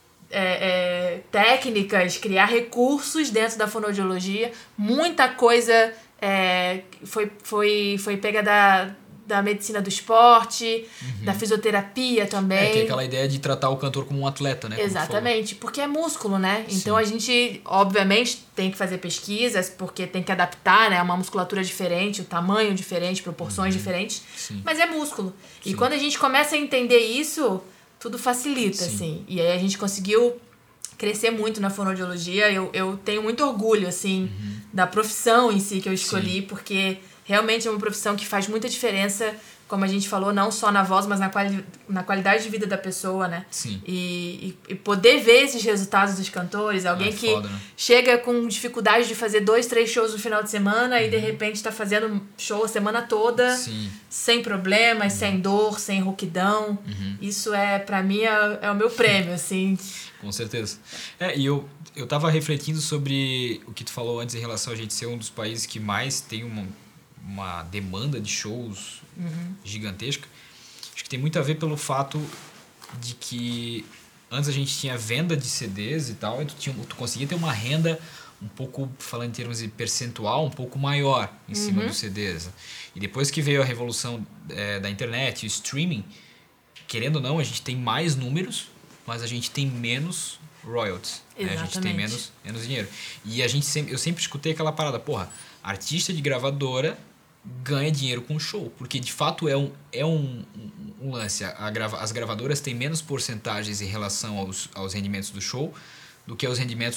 técnicas, criar recursos dentro da fonoaudiologia. Muita coisa foi pega da medicina do esporte, da fisioterapia também. Tem aquela ideia de tratar o cantor como um atleta, né? Exatamente, porque é músculo, né? Sim. Então a gente, obviamente, tem que fazer pesquisas, porque tem que adaptar, né? Uma musculatura diferente, o tamanho diferente, proporções diferentes. Sim. Mas é músculo. Sim. E quando a gente começa a entender isso, tudo facilita, assim. E aí a gente conseguiu crescer muito na fonoaudiologia. Eu tenho muito orgulho, assim, da profissão em si que eu escolhi, porque realmente é uma profissão que faz muita diferença, como a gente falou, não só na voz, mas na qualidade de vida da pessoa, né? Sim. E poder ver esses resultados dos cantores, alguém que foda, né? chega com dificuldade de fazer 2, 3 shows no final de semana e de repente tá fazendo show a semana toda, Sim. sem problemas, sem dor, sem rouquidão. Isso pra mim é o meu prêmio, assim. Com certeza. E eu tava refletindo sobre o que tu falou antes em relação a gente ser um dos países que mais tem uma demanda de shows gigantesca. Acho que tem muito a ver pelo fato de que antes a gente tinha venda de CDs e tal, e tu conseguia ter uma renda um pouco, falando em termos de percentual, um pouco maior em cima dos CDs. E depois que veio a revolução da internet e o streaming, querendo ou não, a gente tem mais números, mas a gente tem menos royalties. Né? A gente tem menos dinheiro. E eu sempre escutei aquela parada, artista de gravadora ganha dinheiro com show, porque de fato é um lance. As gravadoras têm menos porcentagens em relação aos rendimentos do show do que aos rendimentos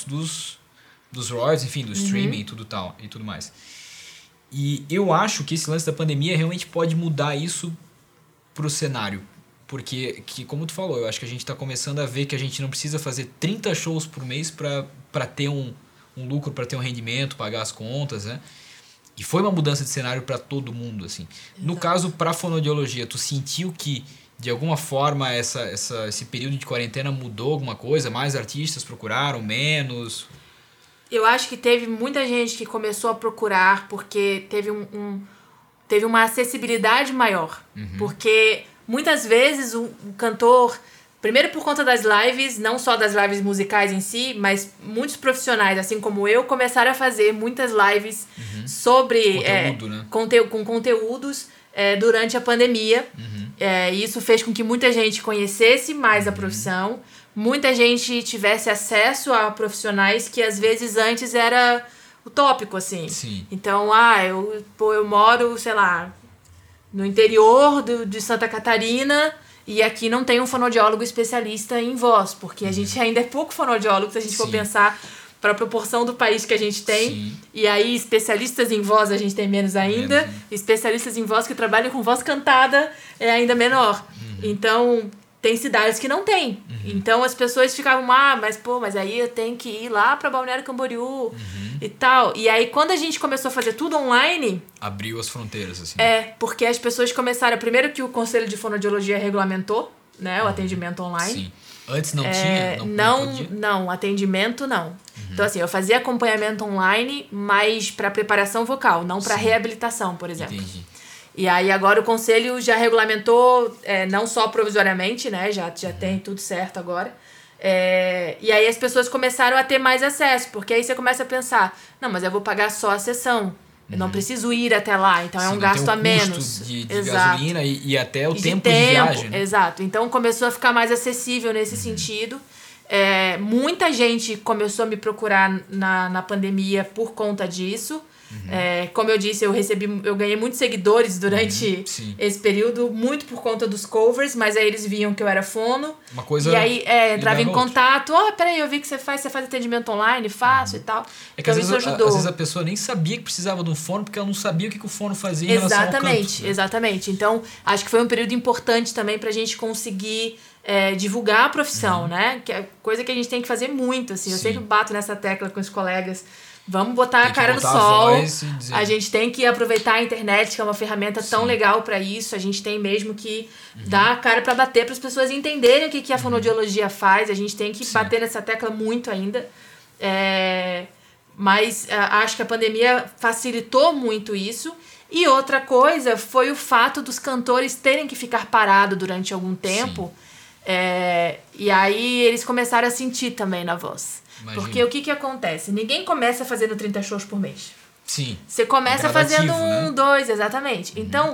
dos royalties, enfim, do streaming e tudo mais. E eu acho que esse lance da pandemia realmente pode mudar isso pro cenário. Porque, como tu falou, eu acho que a gente está começando a ver que a gente não precisa fazer 30 shows por mês para ter um lucro, para ter um rendimento, pagar as contas, né? E foi uma mudança de cenário para todo mundo, assim. Exato. No caso, para a fonoaudiologia, tu sentiu que, de alguma forma, esse período de quarentena mudou alguma coisa? Mais artistas procuraram, menos? Eu acho que teve muita gente que começou a procurar porque teve uma acessibilidade maior. Porque muitas vezes o cantor, primeiro por conta das lives, não só das lives musicais em si, mas muitos profissionais, assim como eu, começaram a fazer muitas lives sobre conteúdo, né? com conteúdos durante a pandemia. E isso fez com que muita gente conhecesse mais a profissão, muita gente tivesse acesso a profissionais que às vezes antes era utópico, assim. Sim. Então, eu moro, sei lá, no interior de Santa Catarina e aqui não tem um fonoaudiólogo especialista em voz, porque a gente ainda é pouco fonoaudiólogo, se a gente for pensar para a proporção do país que a gente tem. Sim. E aí, especialistas em voz a gente tem menos ainda. Especialistas em voz que trabalham com voz cantada é ainda menor. Então, tem cidades que não tem. Então, as pessoas ficavam, mas aí eu tenho que ir lá para Balneário Camboriú e tal. E aí, quando a gente começou a fazer tudo online... Abriu as fronteiras, assim. Porque as pessoas começaram... Primeiro que o Conselho de Fonoaudiologia regulamentou, né, o atendimento online. Sim. Antes não tinha? Não, atendimento não. Então, assim, eu fazia acompanhamento online, mas para preparação vocal, não para reabilitação, por exemplo. Entendi. E aí agora o conselho já regulamentou, não só provisoriamente, né? Já tem tudo certo agora. E aí as pessoas começaram a ter mais acesso, porque aí você começa a pensar, não, mas eu vou pagar só a sessão. Eu não preciso ir até lá, então é um gasto a menos. De gasolina e até o tempo de viagem. Né? Exato. Então começou a ficar mais acessível nesse sentido. Muita gente começou a me procurar na pandemia por conta disso. Como eu disse, eu ganhei muitos seguidores durante esse período, muito por conta dos covers, mas aí eles viam que eu era fono. Uma coisa e aí entrava em contato, peraí, eu vi que você faz atendimento online, faço e tal. Então isso ajudou. Às vezes a pessoa nem sabia que precisava de um fono, porque ela não sabia o que o fono fazia em relação ao canto. Exatamente. Então, acho que foi um período importante também pra gente conseguir divulgar a profissão, né? Que é coisa que a gente tem que fazer muito, assim. Eu sempre bato nessa tecla com os colegas. Vamos botar a cara no sol. A gente tem que aproveitar a internet, que é uma ferramenta tão legal para isso. A gente tem mesmo que dar a cara para bater, para as pessoas entenderem o que a fonoaudiologia faz. A gente tem que bater nessa tecla muito ainda. Mas acho que a pandemia facilitou muito isso. E outra coisa foi o fato dos cantores terem que ficar parados durante algum tempo. E aí eles começaram a sentir também na voz. Imagina. Porque o que acontece? Ninguém começa fazendo 30 shows por mês. Sim. Você começa fazendo 1, 2, exatamente. Então,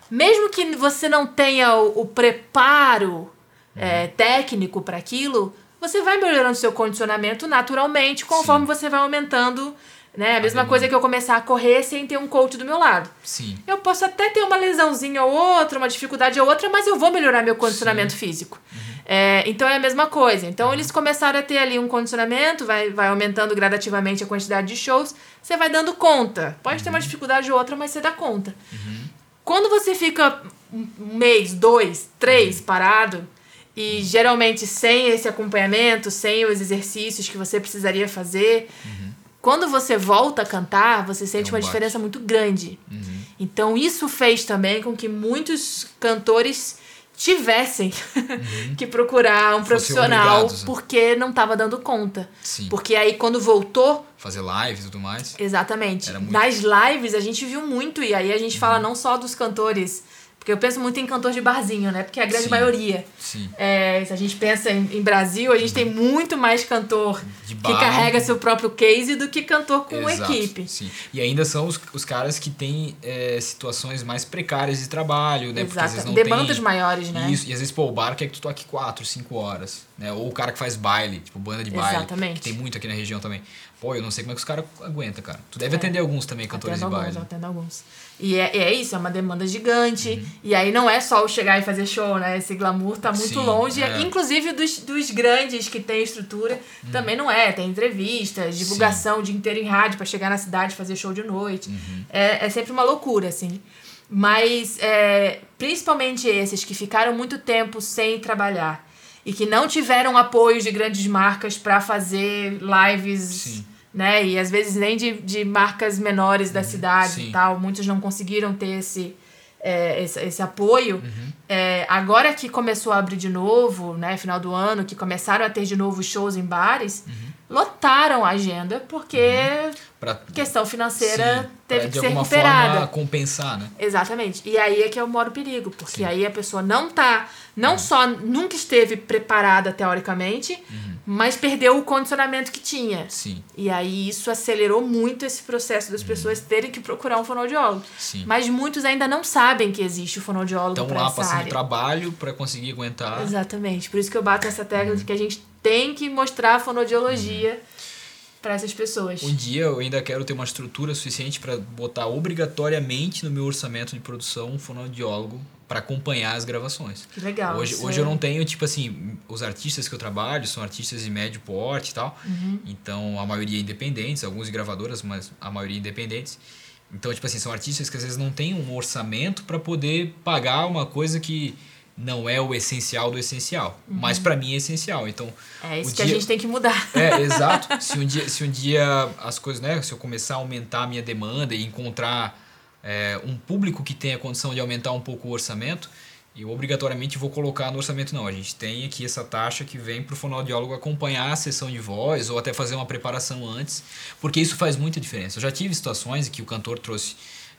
mesmo que você não tenha o preparo técnico para aquilo, você vai melhorando seu condicionamento naturalmente conforme você vai aumentando, né? A mesma coisa que eu começar a correr sem ter um coach do meu lado. Sim. Eu posso até ter uma lesãozinha ou outra, uma dificuldade ou outra, mas eu vou melhorar meu condicionamento físico. Então é a mesma coisa. Então eles começaram a ter ali um condicionamento, vai aumentando gradativamente a quantidade de shows, você vai dando conta. Pode ter uma dificuldade ou outra, mas você dá conta. Quando você fica um mês, 2, 3 parado, e geralmente sem esse acompanhamento, sem os exercícios que você precisaria fazer, quando você volta a cantar, você sente uma diferença muito grande. Então isso fez também com que muitos cantores tivessem que procurar um profissional obrigados, né? porque não estava dando conta. Sim. Porque aí quando voltou... Fazer live e tudo mais. Exatamente. Era muito... Nas lives a gente viu muito, e aí a gente fala não só dos cantores... Porque eu penso muito em cantor de barzinho, né? Porque é a grande maioria. Sim. Se a gente pensa em Brasil, a gente tem muito mais cantor de que bar, carrega seu próprio case do que cantor com equipe. Sim. E ainda são os caras que têm situações mais precárias de trabalho, né? Porque às vezes não demandas tem... maiores, né? Isso. E às vezes, o bar quer que tu toque 4, 5 horas. Né? Ou o cara que faz baile, tipo banda de baile. Exatamente. Que tem muito aqui na região também. Pô, eu não sei como é que os caras aguentam, cara. Tu deve atender alguns também, cantores de baile. Atendo alguns. E é isso, é uma demanda gigante. E aí não é só o chegar e fazer show, né? Esse glamour tá muito longe. Inclusive dos grandes que têm estrutura, também não é. Tem entrevistas, divulgação o dia inteiro em rádio pra chegar na cidade e fazer show de noite. É sempre uma loucura, assim. Mas, principalmente esses que ficaram muito tempo sem trabalhar e que não tiveram apoio de grandes marcas pra fazer lives... Sim. Né? E às vezes nem de marcas menores da cidade e tal. Muitos não conseguiram ter esse apoio. Agora que começou a abrir de novo, né? Final do ano, que começaram a ter de novo shows em bares, lotaram a agenda porque questão financeira teve que ser recuperada. De alguma forma compensar, né? Exatamente. E aí é que eu moro o perigo, porque aí a pessoa não só nunca esteve preparada teoricamente, mas perdeu o condicionamento que tinha. Sim. E aí isso acelerou muito esse processo das pessoas terem que procurar um fonoaudiólogo. Sim. Mas muitos ainda não sabem que existe o fonoaudiólogo para essa área. Estão lá passando trabalho para conseguir aguentar. Exatamente. Por isso que eu bato essa tecla de que a gente tem que mostrar a fonoaudiologia para essas pessoas. Um dia eu ainda quero ter uma estrutura suficiente para botar obrigatoriamente no meu orçamento de produção um fonoaudiólogo para acompanhar as gravações. Que legal. Hoje eu não tenho, tipo assim, os artistas que eu trabalho são artistas de médio porte e tal. Então, a maioria independentes, alguns de gravadoras, mas a maioria independentes. Então, tipo assim, são artistas que às vezes não têm um orçamento para poder pagar uma coisa que não é o essencial do essencial. Mas para mim é essencial. Então, é isso que a gente tem que mudar. Exato. Se um dia as coisas, né, se eu começar a aumentar a minha demanda e encontrar um público que tenha condição de aumentar um pouco o orçamento, eu obrigatoriamente vou colocar no orçamento. Não, a gente tem aqui essa taxa que vem para o fonoaudiólogo acompanhar a sessão de voz ou até fazer uma preparação antes, porque isso faz muita diferença. Eu já tive situações em que o cantor trouxe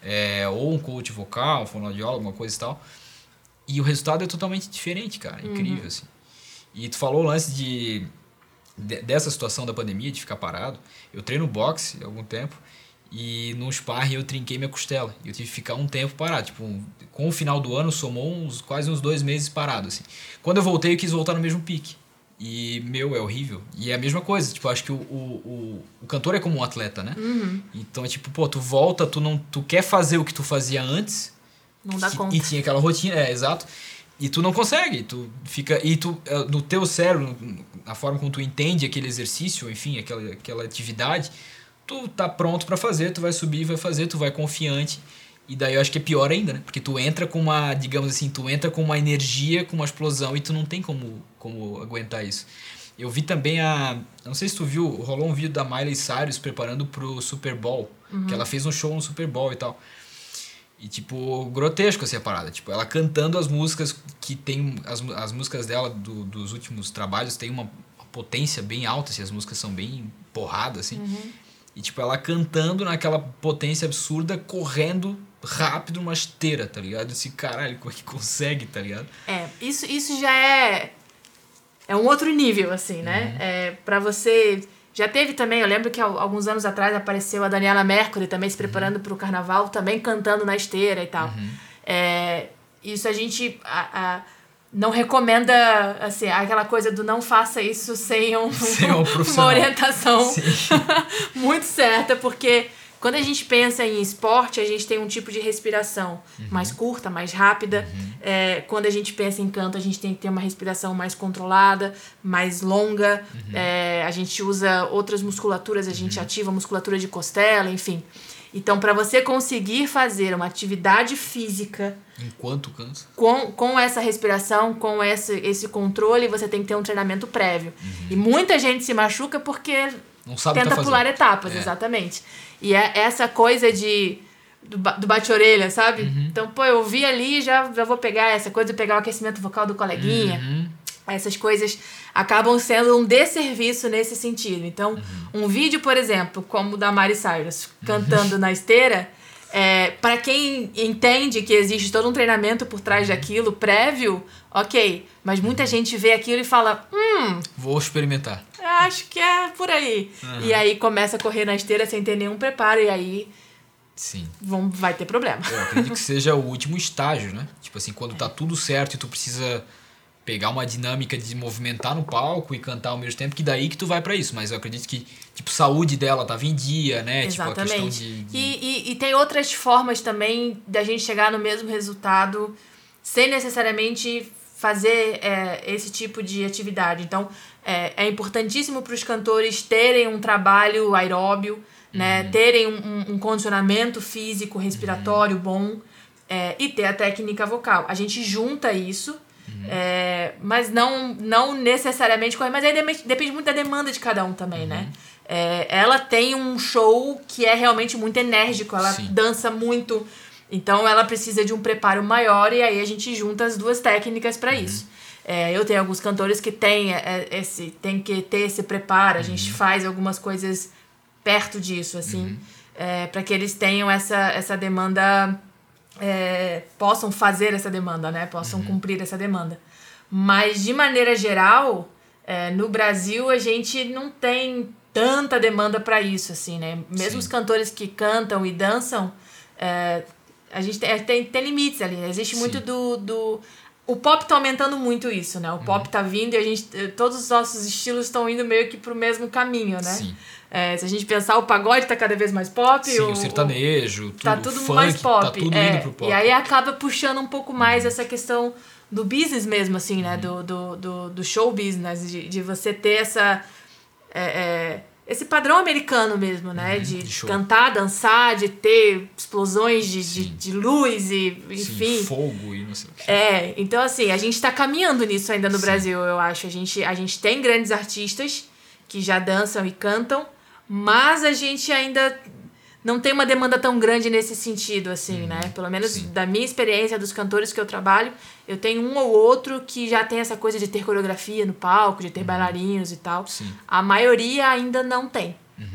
ou um coach vocal, um fonoaudiólogo, uma coisa e tal, e o resultado é totalmente diferente, cara. Incrível, assim. E tu falou o lance dessa situação da pandemia, de ficar parado. Eu treino boxe há algum tempo e num sparring eu trinquei minha costela. E eu tive que ficar um tempo parado. Tipo, com o final do ano somou quase uns 2 meses parado, assim. Quando eu voltei, eu quis voltar no mesmo pique. E, é horrível. E é a mesma coisa. Tipo, acho que o cantor é como um atleta, né? Então, é tipo, pô, tu volta, tu quer fazer o que tu fazia antes. Não dá conta. E tinha aquela rotina, exato. E tu não consegue. Tu fica... E tu, no teu cérebro, a forma como tu entende aquele exercício, enfim, aquela atividade, tu tá pronto pra fazer, tu vai subir, vai fazer, tu vai confiante. E daí eu acho que é pior ainda, né? Porque tu entra com uma, digamos assim, tu entra com uma energia, com uma explosão e tu não tem como aguentar isso. Eu vi também não sei se tu viu, rolou um vídeo da Miley Cyrus preparando pro Super Bowl, que ela fez um show no Super Bowl e tal. E, tipo, grotesco assim a parada. Tipo, ela cantando as músicas que tem... As músicas dela dos últimos trabalhos tem uma potência bem alta, assim, as músicas são bem porradas, assim. E, tipo, ela cantando naquela potência absurda, correndo rápido numa esteira, tá ligado? Esse caralho, como é que consegue, tá ligado? Isso já é um outro nível, assim, né? Pra você... Já teve também, eu lembro que alguns anos atrás apareceu a Daniela Mercury também se preparando pro carnaval, também cantando na esteira e tal. Isso a gente não recomenda, assim, aquela coisa do não faça isso sem uma orientação muito certa, porque quando a gente pensa em esporte, a gente tem um tipo de respiração mais curta, mais rápida. Quando a gente pensa em canto, a gente tem que ter uma respiração mais controlada, mais longa. A gente usa outras musculaturas, a gente ativa a musculatura de costela, enfim. Então, para você conseguir fazer uma atividade física... Enquanto cansa. Com essa respiração, com esse controle, você tem que ter um treinamento prévio. E muita gente se machuca porque não sabe tenta pular etapas, exatamente. E é essa coisa do bate-orelha, sabe? Então, eu vi ali, já vou pegar essa coisa de pegar o aquecimento vocal do coleguinha. Essas coisas acabam sendo um desserviço nesse sentido. Então, um vídeo, por exemplo, como o da Miley Cyrus, cantando na esteira, para quem entende que existe todo um treinamento por trás daquilo, prévio, ok. Mas muita gente vê aquilo e fala, vou experimentar. Acho que é por aí. E aí começa a correr na esteira sem ter nenhum preparo, e aí vai ter problema. Eu acredito que seja o último estágio, né? Tipo assim, quando tá tudo certo e tu precisa pegar uma dinâmica de movimentar no palco e cantar ao mesmo tempo, que daí que tu vai pra isso. Mas eu acredito que, tipo, saúde dela tava em dia, né? Exatamente. Tipo, a questão de... E tem outras formas também da gente chegar no mesmo resultado sem necessariamente fazer esse tipo de atividade. Então, é importantíssimo para os cantores terem um trabalho aeróbio, né? Terem um condicionamento físico, respiratório bom, e ter a técnica vocal. A gente junta isso, mas não necessariamente corre. Mas aí depende muito da demanda de cada um também, né? Ela tem um show que é realmente muito enérgico, ela dança muito, então ela precisa de um preparo maior, e aí a gente junta as duas técnicas para isso. Eu tenho alguns cantores que tem que ter esse preparo, a gente faz algumas coisas perto disso, assim, para que eles tenham essa demanda, possam fazer essa demanda, né? Possam cumprir essa demanda. Mas, de maneira geral, no Brasil a gente não tem tanta demanda para isso, assim, né? Mesmo os cantores que cantam e dançam, a gente tem limites ali. Existe muito o pop tá aumentando muito isso, né? O pop tá vindo e todos os nossos estilos estão indo meio que pro mesmo caminho, né? Sim. Se a gente pensar, o pagode tá cada vez mais pop. Sim, o sertanejo, tudo, tá tudo funk, mais pop. Tá tudo indo pro pop. E aí acaba puxando um pouco mais essa questão do business mesmo, assim, né? Do show business, de você ter esse padrão americano mesmo, né? De cantar, dançar, de ter explosões de luz e, enfim. Sim, fogo e não sei o que. Então assim, a gente tá caminhando nisso ainda no Brasil, eu acho. A gente tem grandes artistas que já dançam e cantam, mas a gente ainda não tem uma demanda tão grande nesse sentido, assim, né? Pelo menos da minha experiência, dos cantores que eu trabalho, eu tenho um ou outro que já tem essa coisa de ter coreografia no palco, de ter bailarinos e tal. A maioria ainda não tem.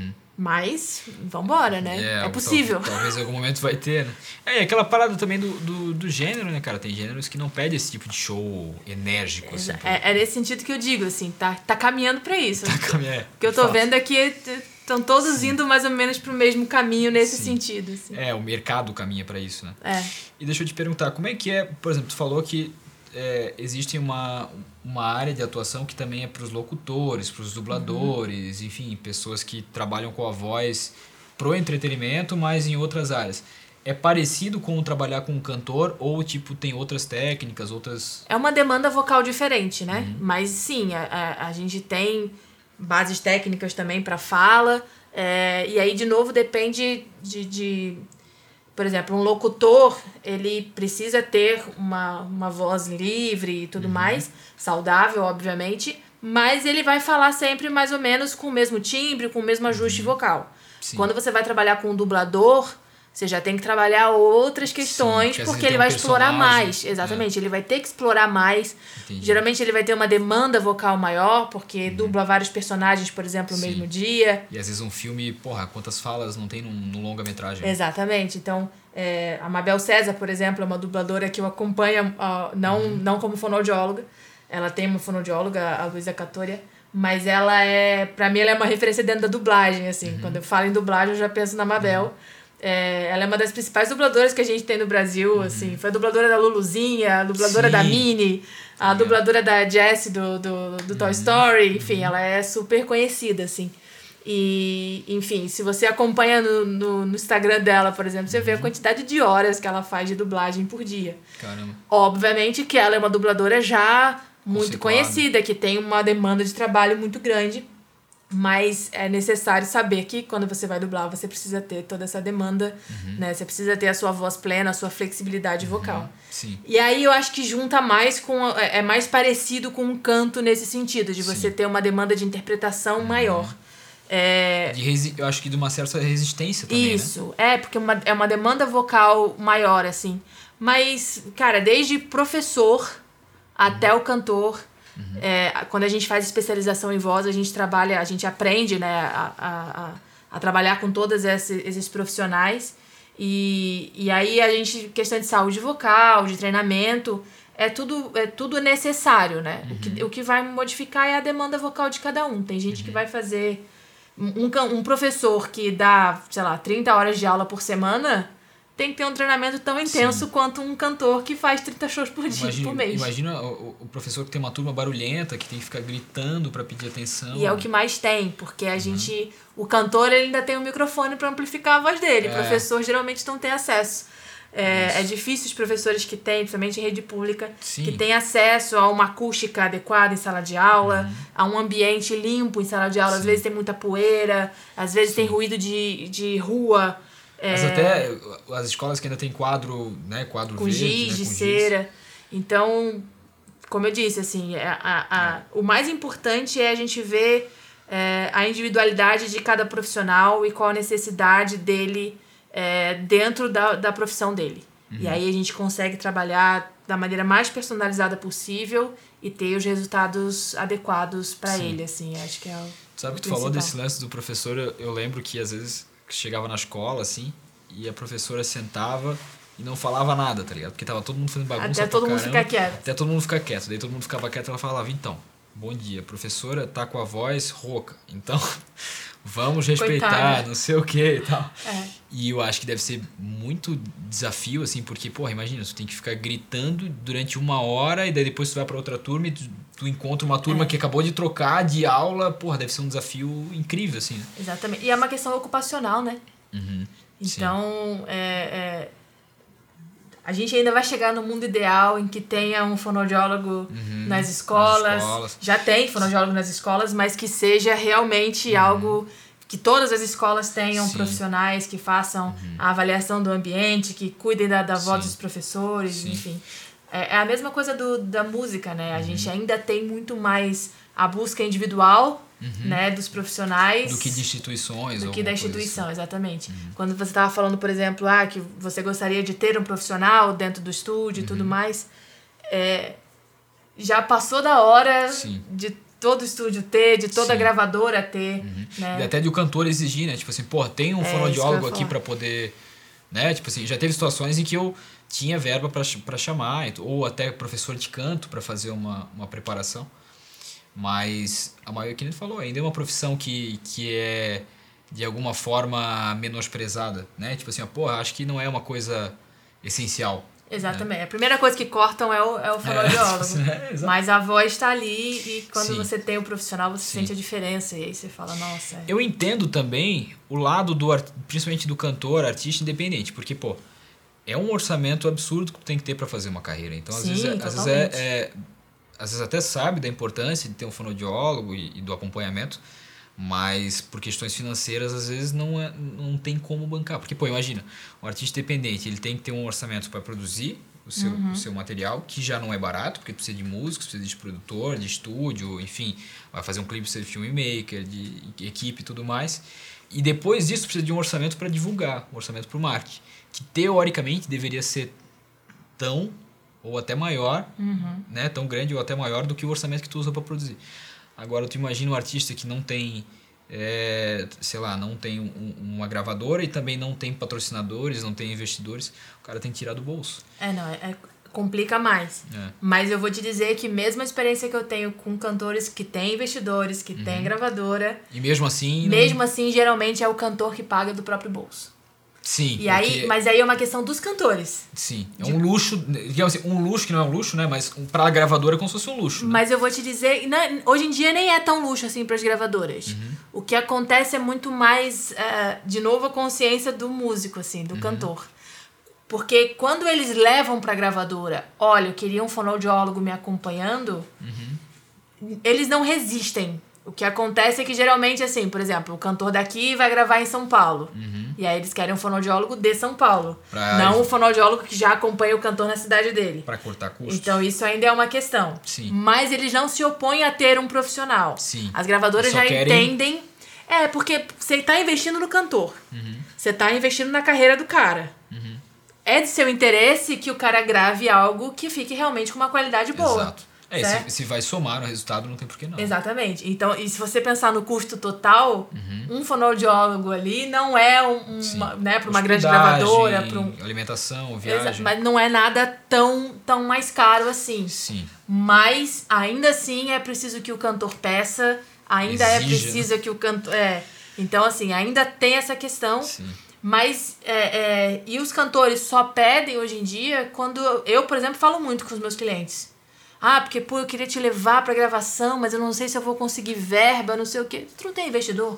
Mas, vambora, né? É possível. Talvez em algum momento vai ter, né? Aquela parada também do gênero, né, cara? Tem gêneros que não pedem esse tipo de show enérgico, assim. É nesse sentido que eu digo, assim, tá caminhando pra isso. Tá caminhando, O que eu tô vendo é que estão todos indo mais ou menos pro mesmo caminho nesse sentido. Assim. O mercado caminha pra isso, né? E deixa eu te perguntar, como é que por exemplo, tu falou que existe uma área de atuação que também é pros locutores, pros dubladores, enfim, pessoas que trabalham com a voz pro entretenimento, mas em outras áreas. É parecido com trabalhar com um cantor ou, tipo, tem outras técnicas, outras... É uma demanda vocal diferente, né? Mas, sim, a gente tem bases técnicas também para fala, e aí, de novo, depende de... Por exemplo, um locutor, ele precisa ter uma voz livre e tudo mais, saudável, obviamente, mas ele vai falar sempre mais ou menos com o mesmo timbre, com o mesmo ajuste vocal. Quando você vai trabalhar com um dublador, você já tem que trabalhar outras questões, porque ele vai explorar mais. Exatamente, ele vai ter que explorar mais. Entendi. Geralmente ele vai ter uma demanda vocal maior, porque dubla vários personagens, por exemplo, no mesmo dia. E às vezes um filme, quantas falas não tem num longa-metragem? Exatamente. Então, a Mabel César, por exemplo, é uma dubladora que eu acompanho, não como fonoaudióloga. Ela tem uma fonoaudióloga, a Luísa Catoria, mas pra mim, ela é uma referência dentro da dublagem, assim. Quando eu falo em dublagem, eu já penso na Mabel. Ela é uma das principais dubladoras que a gente tem no Brasil, assim. Foi a dubladora da Luluzinha, a dubladora da Minnie, a dubladora da Jessie do Toy Story. Enfim, ela é super conhecida, assim. E, enfim, se você acompanha no Instagram dela, por exemplo, você vê a quantidade de horas que ela faz de dublagem por dia. Caramba. Obviamente que ela é uma dubladora já muito Conceituada. conhecida, que tem uma demanda de trabalho muito grande. Mas é necessário saber que quando você vai dublar, você precisa ter toda essa demanda, né? Você precisa ter a sua voz plena, a sua flexibilidade vocal. Sim. E aí eu acho que junta mais com... É mais parecido com um canto nesse sentido, de você ter uma demanda de interpretação maior. Eu acho que de uma certa resistência também, Isso, né? Porque é uma demanda vocal maior, assim. Mas, cara, desde professor até o cantor... quando a gente faz especialização em voz, a gente aprende, né, a trabalhar com todos esses profissionais. E aí a gente, questão de saúde vocal, de treinamento, é tudo necessário, né? O que vai modificar é a demanda vocal de cada um. Tem gente que vai fazer... Um professor que dá, sei lá, 30 horas de aula por semana... tem que ter um treinamento tão intenso quanto um cantor que faz 30 shows por mês. Imagina o professor que tem uma turma barulhenta, que tem que ficar gritando para pedir atenção. E é o que mais tem, porque a gente... O cantor ele ainda tem um microfone para amplificar a voz dele. O professor geralmente não tem acesso. É difícil os professores que têm, principalmente em rede pública, que têm acesso a uma acústica adequada em sala de aula, a um ambiente limpo em sala de aula. Às vezes tem muita poeira, às vezes tem ruído de rua... Mas até as escolas que ainda tem quadro, né, quadro com verde, giz, de cera. Então, como eu disse, assim, o mais importante é a gente ver a individualidade de cada profissional e qual a necessidade dele dentro da profissão dele. E aí a gente consegue trabalhar da maneira mais personalizada possível e ter os resultados adequados para ele, assim, acho que é o Sabe que tu falou desse lance do professor, eu lembro que às vezes chegava na escola, assim, e a professora sentava e não falava nada, tá ligado? Porque tava todo mundo fazendo bagunça até todo mundo ficar quieto. Até todo mundo ficar quieto. Daí todo mundo ficava quieto e ela falava, então, bom dia, a professora tá com a voz rouca, então vamos respeitar, Coitada. não sei o que e tal. E eu acho que deve ser muito desafio, assim, porque, porra, imagina, tu tem que ficar gritando durante 1 hora e daí depois tu vai pra outra turma e tu encontra uma turma que acabou de trocar de aula, porra, deve ser um desafio incrível, assim, né? Exatamente. E é uma questão ocupacional, né? Então, a gente ainda vai chegar no mundo ideal em que tenha um fonoaudiólogo nas escolas. Já tem fonoaudiólogo nas escolas, mas que seja realmente algo... Que todas as escolas tenham profissionais que façam a avaliação do ambiente, que cuidem da voz dos professores, enfim. É a mesma coisa da música, né? A gente ainda tem muito mais a busca individual, né, dos profissionais... Do que de instituições. Do que da instituição, assim. Exatamente. Quando você estava falando, por exemplo, que você gostaria de ter um profissional dentro do estúdio e tudo mais, já passou da hora de todo estúdio ter, de toda gravadora ter, né? E até de o cantor exigir, né? Tipo assim, pô, tem um fonoaudiólogo aqui pra poder... Né? Tipo assim, já teve situações em que eu tinha verba pra chamar, ou até professor de canto pra fazer uma preparação. Mas a maioria, que ele falou, ainda é uma profissão que é de alguma forma menosprezada, né? Tipo assim, porra, acho que não é uma coisa essencial. Exatamente. A primeira coisa que cortam é o fonoaudiólogo. Mas a voz está ali e quando você tem o profissional, você sente a diferença. E aí você fala, nossa... Eu entendo também o lado principalmente do cantor, artista independente. Porque, pô, é um orçamento absurdo que tu tem que ter pra fazer uma carreira. Então, às vezes até sabe da importância de ter um fonoaudiólogo e do acompanhamento. Mas por questões financeiras, às vezes não tem como bancar. Porque, pô, imagina, um artista independente, ele tem que ter um orçamento para produzir o seu material, que já não é barato, porque precisa de músicos, precisa de produtor, de estúdio, enfim, vai fazer um clipe, precisa de filmmaker, de equipe e tudo mais. E depois disso precisa de um orçamento para divulgar, um orçamento para o marketing, que teoricamente deveria ser tão ou até maior, né, tão grande ou até maior do que o orçamento que tu usa para produzir. Agora, tu imagina um artista que não tem, sei lá, não tem uma gravadora e também não tem patrocinadores, não tem investidores. O cara tem que tirar do bolso. Complica mais. Mas eu vou te dizer que mesmo a experiência que eu tenho com cantores que têm investidores, que têm gravadora... E mesmo assim... Mesmo assim, geralmente é o cantor que paga do próprio bolso. Sim. E aí, mas aí é uma questão dos cantores. Sim. É um luxo, digamos assim, um luxo que não é um luxo, né? Mas pra gravadora é como se fosse um luxo. Né? Mas eu vou te dizer, hoje em dia nem é tão luxo assim pras gravadoras. O que acontece é muito mais, de novo, a consciência do músico, assim, do cantor. Porque quando eles levam pra gravadora, olha, eu queria um fonoaudiólogo me acompanhando, eles não resistem. O que acontece é que geralmente, assim, por exemplo, o cantor daqui vai gravar em São Paulo. E aí eles querem um fonoaudiólogo de São Paulo. Não um fonoaudiólogo que já acompanha o cantor na cidade dele. Pra cortar custos. Então isso ainda é uma questão. Sim. Mas eles não se opõem a ter um profissional. Sim. As gravadoras já querem... entendem... porque você tá investindo no cantor. Você tá investindo na carreira do cara. É de seu interesse que o cara grave algo que fique realmente com uma qualidade boa. Exato. Se vai somar no resultado, não tem por que não. Exatamente. Então, e se você pensar no custo total, um fonoaudiólogo ali não é né, para uma grande gravadora, para alimentação, viagem. Mas não é nada tão mais caro assim. Sim. Mas ainda assim é preciso que o cantor peça, ainda é preciso que o cantor então assim, ainda tem essa questão. Sim. Mas e os cantores só pedem hoje em dia quando eu, por exemplo, falo muito com os meus clientes. Porque, eu queria te levar pra gravação, mas eu não sei se eu vou conseguir verba, não sei o quê. Tu não tem investidor?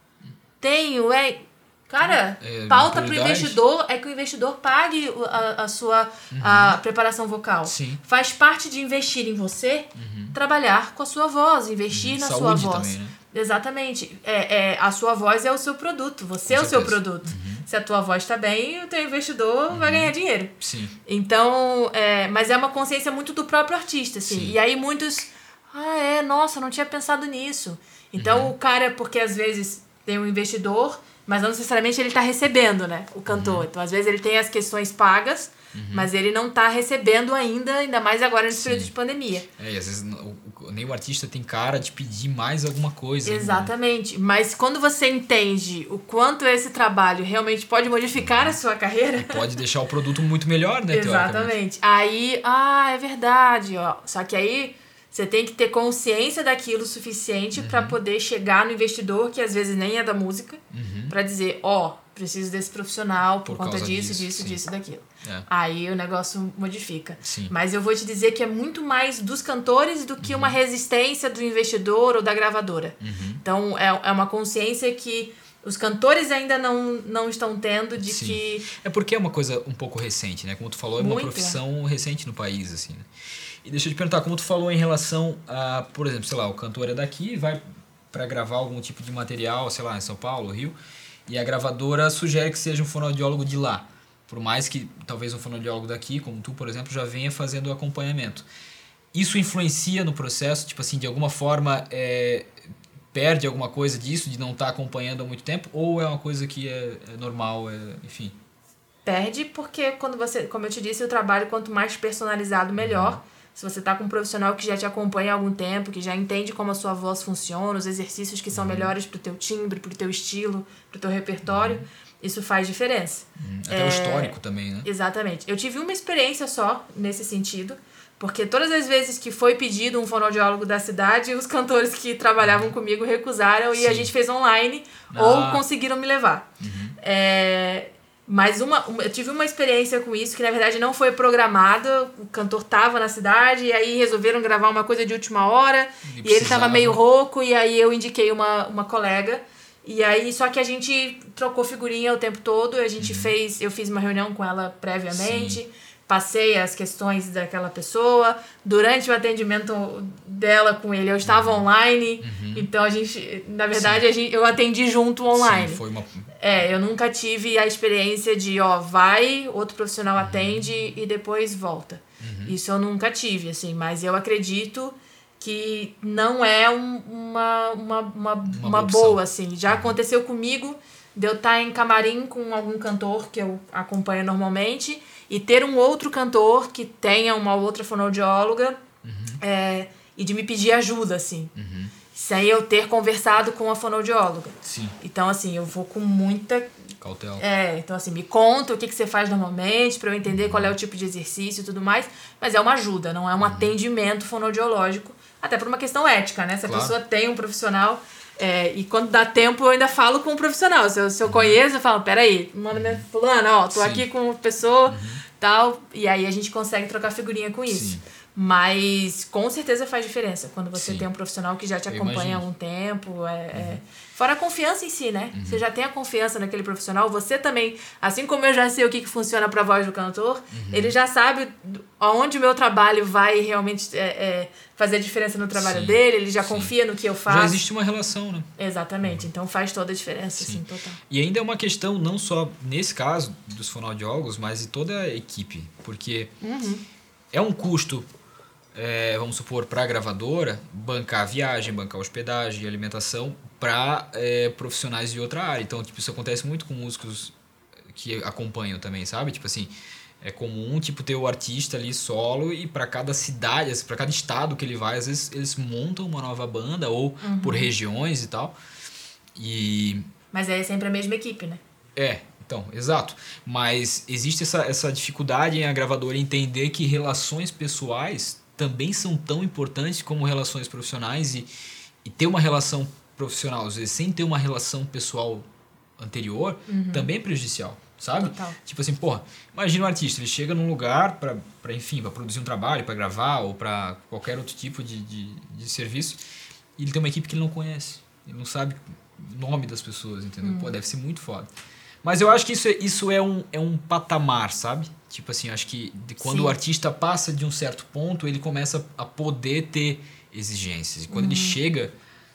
Tenho, Cara, pauta pro investidor é que o investidor pague a sua a preparação vocal. Sim. Faz parte de investir em você, trabalhar com a sua voz, investir na sua voz. Também, né? Exatamente. A sua voz é o seu produto, você é o seu produto. Se a tua voz tá bem, o teu investidor vai ganhar dinheiro. Sim. Então, mas é uma consciência muito do próprio artista, assim. Sim. E aí muitos, nossa, não tinha pensado nisso. Então o cara, porque às vezes tem um investidor, mas não necessariamente ele tá recebendo, né, o cantor. Então às vezes ele tem as questões pagas, mas ele não tá recebendo ainda mais agora nesse período de pandemia. E às vezes nem o artista tem cara de pedir mais alguma coisa. Exatamente. Né? Mas quando você entende o quanto esse trabalho realmente pode modificar a sua carreira... E pode deixar o produto muito melhor, né? Exatamente. Aí, é verdade, ó. Só que aí você tem que ter consciência daquilo o suficiente para poder chegar no investidor, que às vezes nem é da música, para dizer, preciso desse profissional por conta disso, daquilo. Aí o negócio modifica. Sim. Mas eu vou te dizer que é muito mais dos cantores do que uma resistência do investidor ou da gravadora. Então, é uma consciência que os cantores ainda não estão tendo de que... É porque é uma coisa um pouco recente, né? Como tu falou, é uma profissão recente no país, assim, né? E deixa eu te perguntar, como tu falou em relação a, por exemplo, sei lá, o cantor é daqui, vai para gravar algum tipo de material, sei lá, em São Paulo, Rio, e a gravadora sugere que seja um fonoaudiólogo de lá. Por mais que talvez um fonoaudiólogo daqui, como tu, por exemplo, já venha fazendo o acompanhamento. Isso influencia no processo? Tipo assim, de alguma forma perde alguma coisa disso, de não estar acompanhando há muito tempo? Ou é uma coisa que é normal, enfim? Perde porque quando você, como eu te disse, o trabalho quanto mais personalizado, melhor. Se você tá com um profissional que já te acompanha há algum tempo, que já entende como a sua voz funciona, os exercícios que são melhores pro teu timbre, pro teu estilo, pro teu repertório, isso faz diferença. Até o histórico também, né? Exatamente. Eu tive uma experiência só nesse sentido, porque todas as vezes que foi pedido um fonoaudiólogo da cidade, os cantores que trabalhavam comigo recusaram e a gente fez online ou conseguiram me levar. Mas eu tive uma experiência com isso que na verdade não foi programada. O cantor tava na cidade e aí resolveram gravar uma coisa de última hora e ele tava meio rouco e aí eu indiquei uma colega e aí só que a gente trocou figurinha o tempo todo. A gente eu fiz uma reunião com ela previamente, passei as questões daquela pessoa. Durante o atendimento dela com ele eu estava online, então a gente, na verdade, eu atendi junto online. Sim, foi uma... eu nunca tive a experiência de, vai, outro profissional atende e depois volta. Isso eu nunca tive, assim, mas eu acredito que não é uma boa, assim. Já aconteceu comigo de eu estar em camarim com algum cantor que eu acompanho normalmente e ter um outro cantor que tenha uma outra fonoaudióloga e de me pedir ajuda, assim. Sem eu ter conversado com a fonoaudióloga. Sim. Então, assim, eu vou com muita... cautela. Então, assim, me conta o que você faz normalmente pra eu entender qual é o tipo de exercício e tudo mais. Mas é uma ajuda, não é um atendimento fonoaudiológico. Até por uma questão ética, né? Se a pessoa tem um profissional, E quando dá tempo, eu ainda falo com o profissional. Se eu conheço, eu falo, peraí, manda minha fulana, ó, tô aqui com uma pessoa, tal. E aí a gente consegue trocar figurinha com isso. Sim. Mas com certeza faz diferença quando você Sim. tem um profissional que já te acompanha há imagino. um tempo. Fora a confiança em si, né? Você já tem a confiança naquele profissional. Você também, assim como eu já sei o que funciona pra voz do cantor, ele já sabe aonde o meu trabalho vai realmente fazer diferença no trabalho Sim. dele. Ele já Sim. confia no que eu faço. Já existe uma relação, né? Exatamente. Então faz toda a diferença, Sim. assim, total. E ainda é uma questão não só nesse caso dos fonoaudiólogos, mas de toda a equipe. Porque é um custo, vamos supor, para a gravadora bancar a viagem, bancar a hospedagem e alimentação para profissionais de outra área. Então, tipo, isso acontece muito com músicos que acompanham também, sabe? Tipo assim, é comum ter o artista ali solo e para cada cidade, para cada estado que ele vai, às vezes eles montam uma nova banda ou por regiões e tal. Mas aí é sempre a mesma equipe, né? Então, exato. Mas existe essa dificuldade em a gravadora entender que relações pessoais também são tão importantes como relações profissionais e ter uma relação profissional, às vezes, sem ter uma relação pessoal anterior, também é prejudicial, sabe? Total. Tipo assim, porra, imagina um artista, ele chega num lugar para produzir um trabalho, para gravar ou para qualquer outro tipo de serviço e ele tem uma equipe que ele não conhece, ele não sabe o nome das pessoas, entendeu? Pô, deve ser muito foda. Mas eu acho que isso é um patamar, sabe? Tipo assim, acho que quando o artista passa de um certo ponto, ele começa a poder ter exigências. E quando ele chega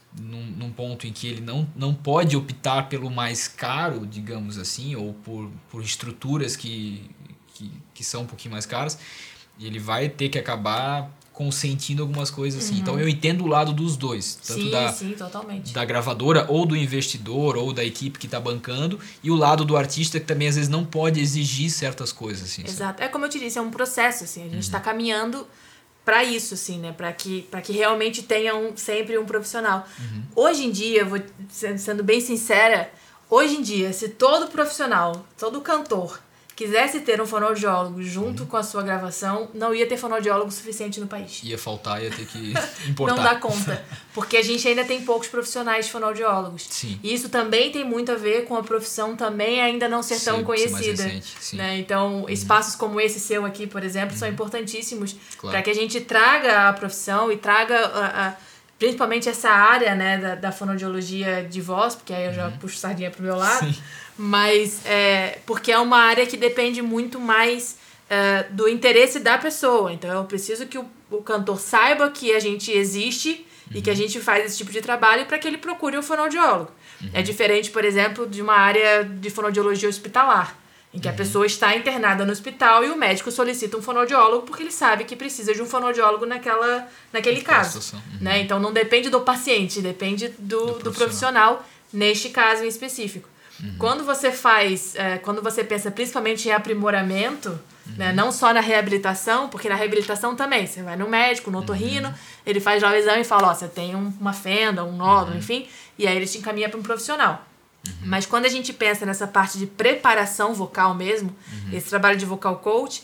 num ponto em que ele não pode optar pelo mais caro, digamos assim, ou por estruturas que são um pouquinho mais caras, ele vai ter que acabar consentindo algumas coisas assim. Então eu entendo o lado dos dois, tanto Sim, totalmente. da gravadora ou do investidor ou da equipe que está bancando e o lado do artista que também às vezes não pode exigir certas coisas assim. Exato. Sabe? É como eu te disse, é um processo assim, a gente está caminhando para isso assim, né, para que realmente tenha sempre um profissional. Hoje em dia, sendo bem sincera, hoje em dia, se todo profissional, todo cantor quisesse ter um fonoaudiólogo junto com a sua gravação, não ia ter fonoaudiólogo suficiente no país. Ia faltar, ia ter que importar. Não dá conta. Porque a gente ainda tem poucos profissionais fonoaudiólogos. Sim. E isso também tem muito a ver com a profissão também ainda não ser tão conhecida. Mais recente, sim. Né? Então, espaços como esse seu aqui, por exemplo, são importantíssimos para que a gente traga a profissão e traga principalmente essa área, né, da fonoaudiologia de voz, porque aí eu já puxo sardinha pro meu lado. Sim. Mas porque é uma área que depende muito mais do interesse da pessoa. Então eu preciso que o cantor saiba que a gente existe e que a gente faz esse tipo de trabalho para que ele procure um fonoaudiólogo. É diferente, por exemplo, de uma área de fonoaudiologia hospitalar, em que a pessoa está internada no hospital e o médico solicita um fonoaudiólogo porque ele sabe que precisa de um fonoaudiólogo naquele caso. Né? Então não depende do paciente, depende do profissional neste caso em específico. Quando você quando você pensa principalmente em aprimoramento, né, não só na reabilitação, porque na reabilitação também, você vai no médico, no otorrino, ele faz lá o exame e fala, você tem uma fenda, um nódulo, enfim, e aí ele te encaminha para um profissional. Mas quando a gente pensa nessa parte de preparação vocal mesmo, esse trabalho de vocal coach,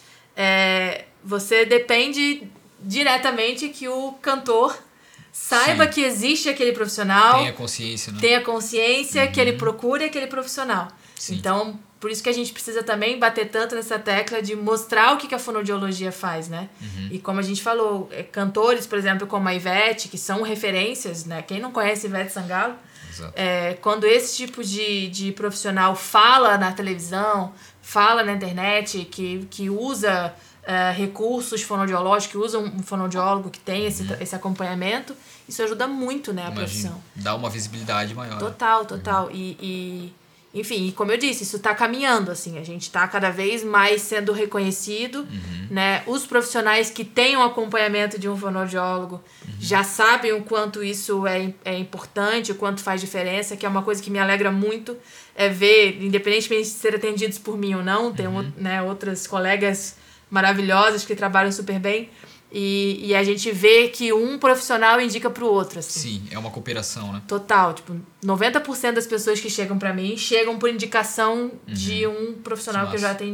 você depende diretamente que o cantor saiba que existe aquele profissional. Tenha consciência, né? Tenha consciência que ele procure aquele profissional. Sim. Então, por isso que a gente precisa também bater tanto nessa tecla de mostrar o que a fonoaudiologia faz, né? E como a gente falou, cantores, por exemplo, como a Ivete, que são referências, né? Quem não conhece Ivete Sangalo, quando esse tipo de profissional fala na televisão, fala na internet, que usa recursos fonoaudiológicos, que usa um fonoaudiólogo que tem esse acompanhamento, isso ajuda muito, né, a profissão. Dá uma visibilidade maior. Total. Enfim, como eu disse, isso está caminhando, assim, a gente está cada vez mais sendo reconhecido, né? Os profissionais que têm um acompanhamento de um fonoaudiólogo já sabem o quanto isso é importante, o quanto faz diferença, que é uma coisa que me alegra muito, ver, independentemente de ser atendidos por mim ou não, tem outras colegas maravilhosas que trabalham super bem, e a gente vê que um profissional indica pro outro, assim. Sim, é uma cooperação, né? Total, 90% das pessoas que chegam pra mim chegam por indicação de um profissional que eu já atendi.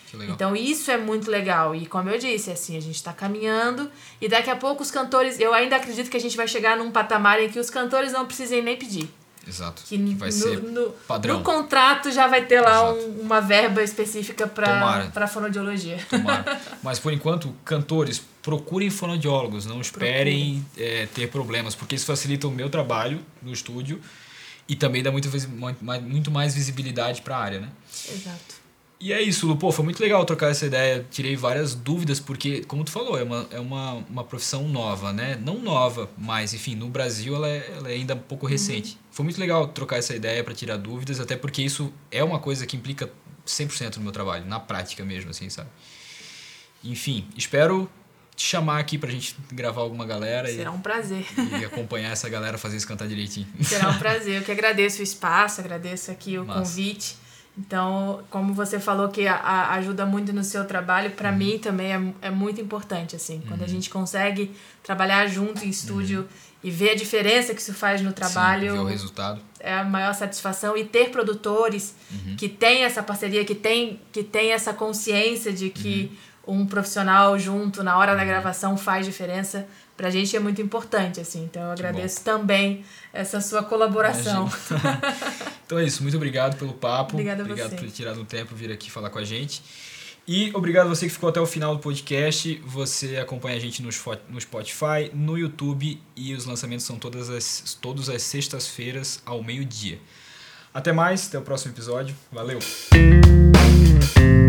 Que legal. Então isso é muito legal. E como eu disse, assim, a gente tá caminhando e daqui a pouco os cantores... Eu ainda acredito que a gente vai chegar num patamar em que os cantores não precisem nem pedir. Exato. Que vai ser padrão. No contrato já vai ter lá Exato. uma verba específica para fonoaudiologia. Tomara. Mas por enquanto, cantores, procurem fonoaudiólogos, não esperem ter problemas, porque isso facilita o meu trabalho no estúdio e também dá muito mais visibilidade para a área, né? Exato. E é isso, Lu. Pô, foi muito legal trocar essa ideia. Tirei várias dúvidas, porque, como tu falou, é uma profissão nova, né? Não nova, mas, enfim, no Brasil ela é ainda um pouco recente. Foi muito legal trocar essa ideia para tirar dúvidas, até porque isso é uma coisa que implica 100% no meu trabalho, na prática mesmo, assim, sabe? Enfim, espero te chamar aqui pra gente gravar alguma galera. Será um prazer. E acompanhar essa galera fazer isso cantar direitinho. Será um prazer. Eu que agradeço o espaço, agradeço aqui o convite. Então, como você falou que ajuda muito no seu trabalho, para mim também é muito importante, assim. Quando a gente consegue trabalhar junto em estúdio e ver a diferença que isso faz no trabalho... Sim, ver o resultado. É a maior satisfação. E ter produtores que têm essa parceria, que têm essa consciência de que um profissional junto na hora da gravação faz diferença, pra gente é muito importante, assim. Então eu agradeço também essa sua colaboração. Então é isso, muito obrigado pelo papo. Obrigado por ter tirado um tempo vir aqui falar com a gente. E obrigado a você que ficou até o final do podcast. Você acompanha a gente no Spotify, no YouTube, e os lançamentos são todas as sextas-feiras ao meio-dia. Até mais, até o próximo episódio. Valeu!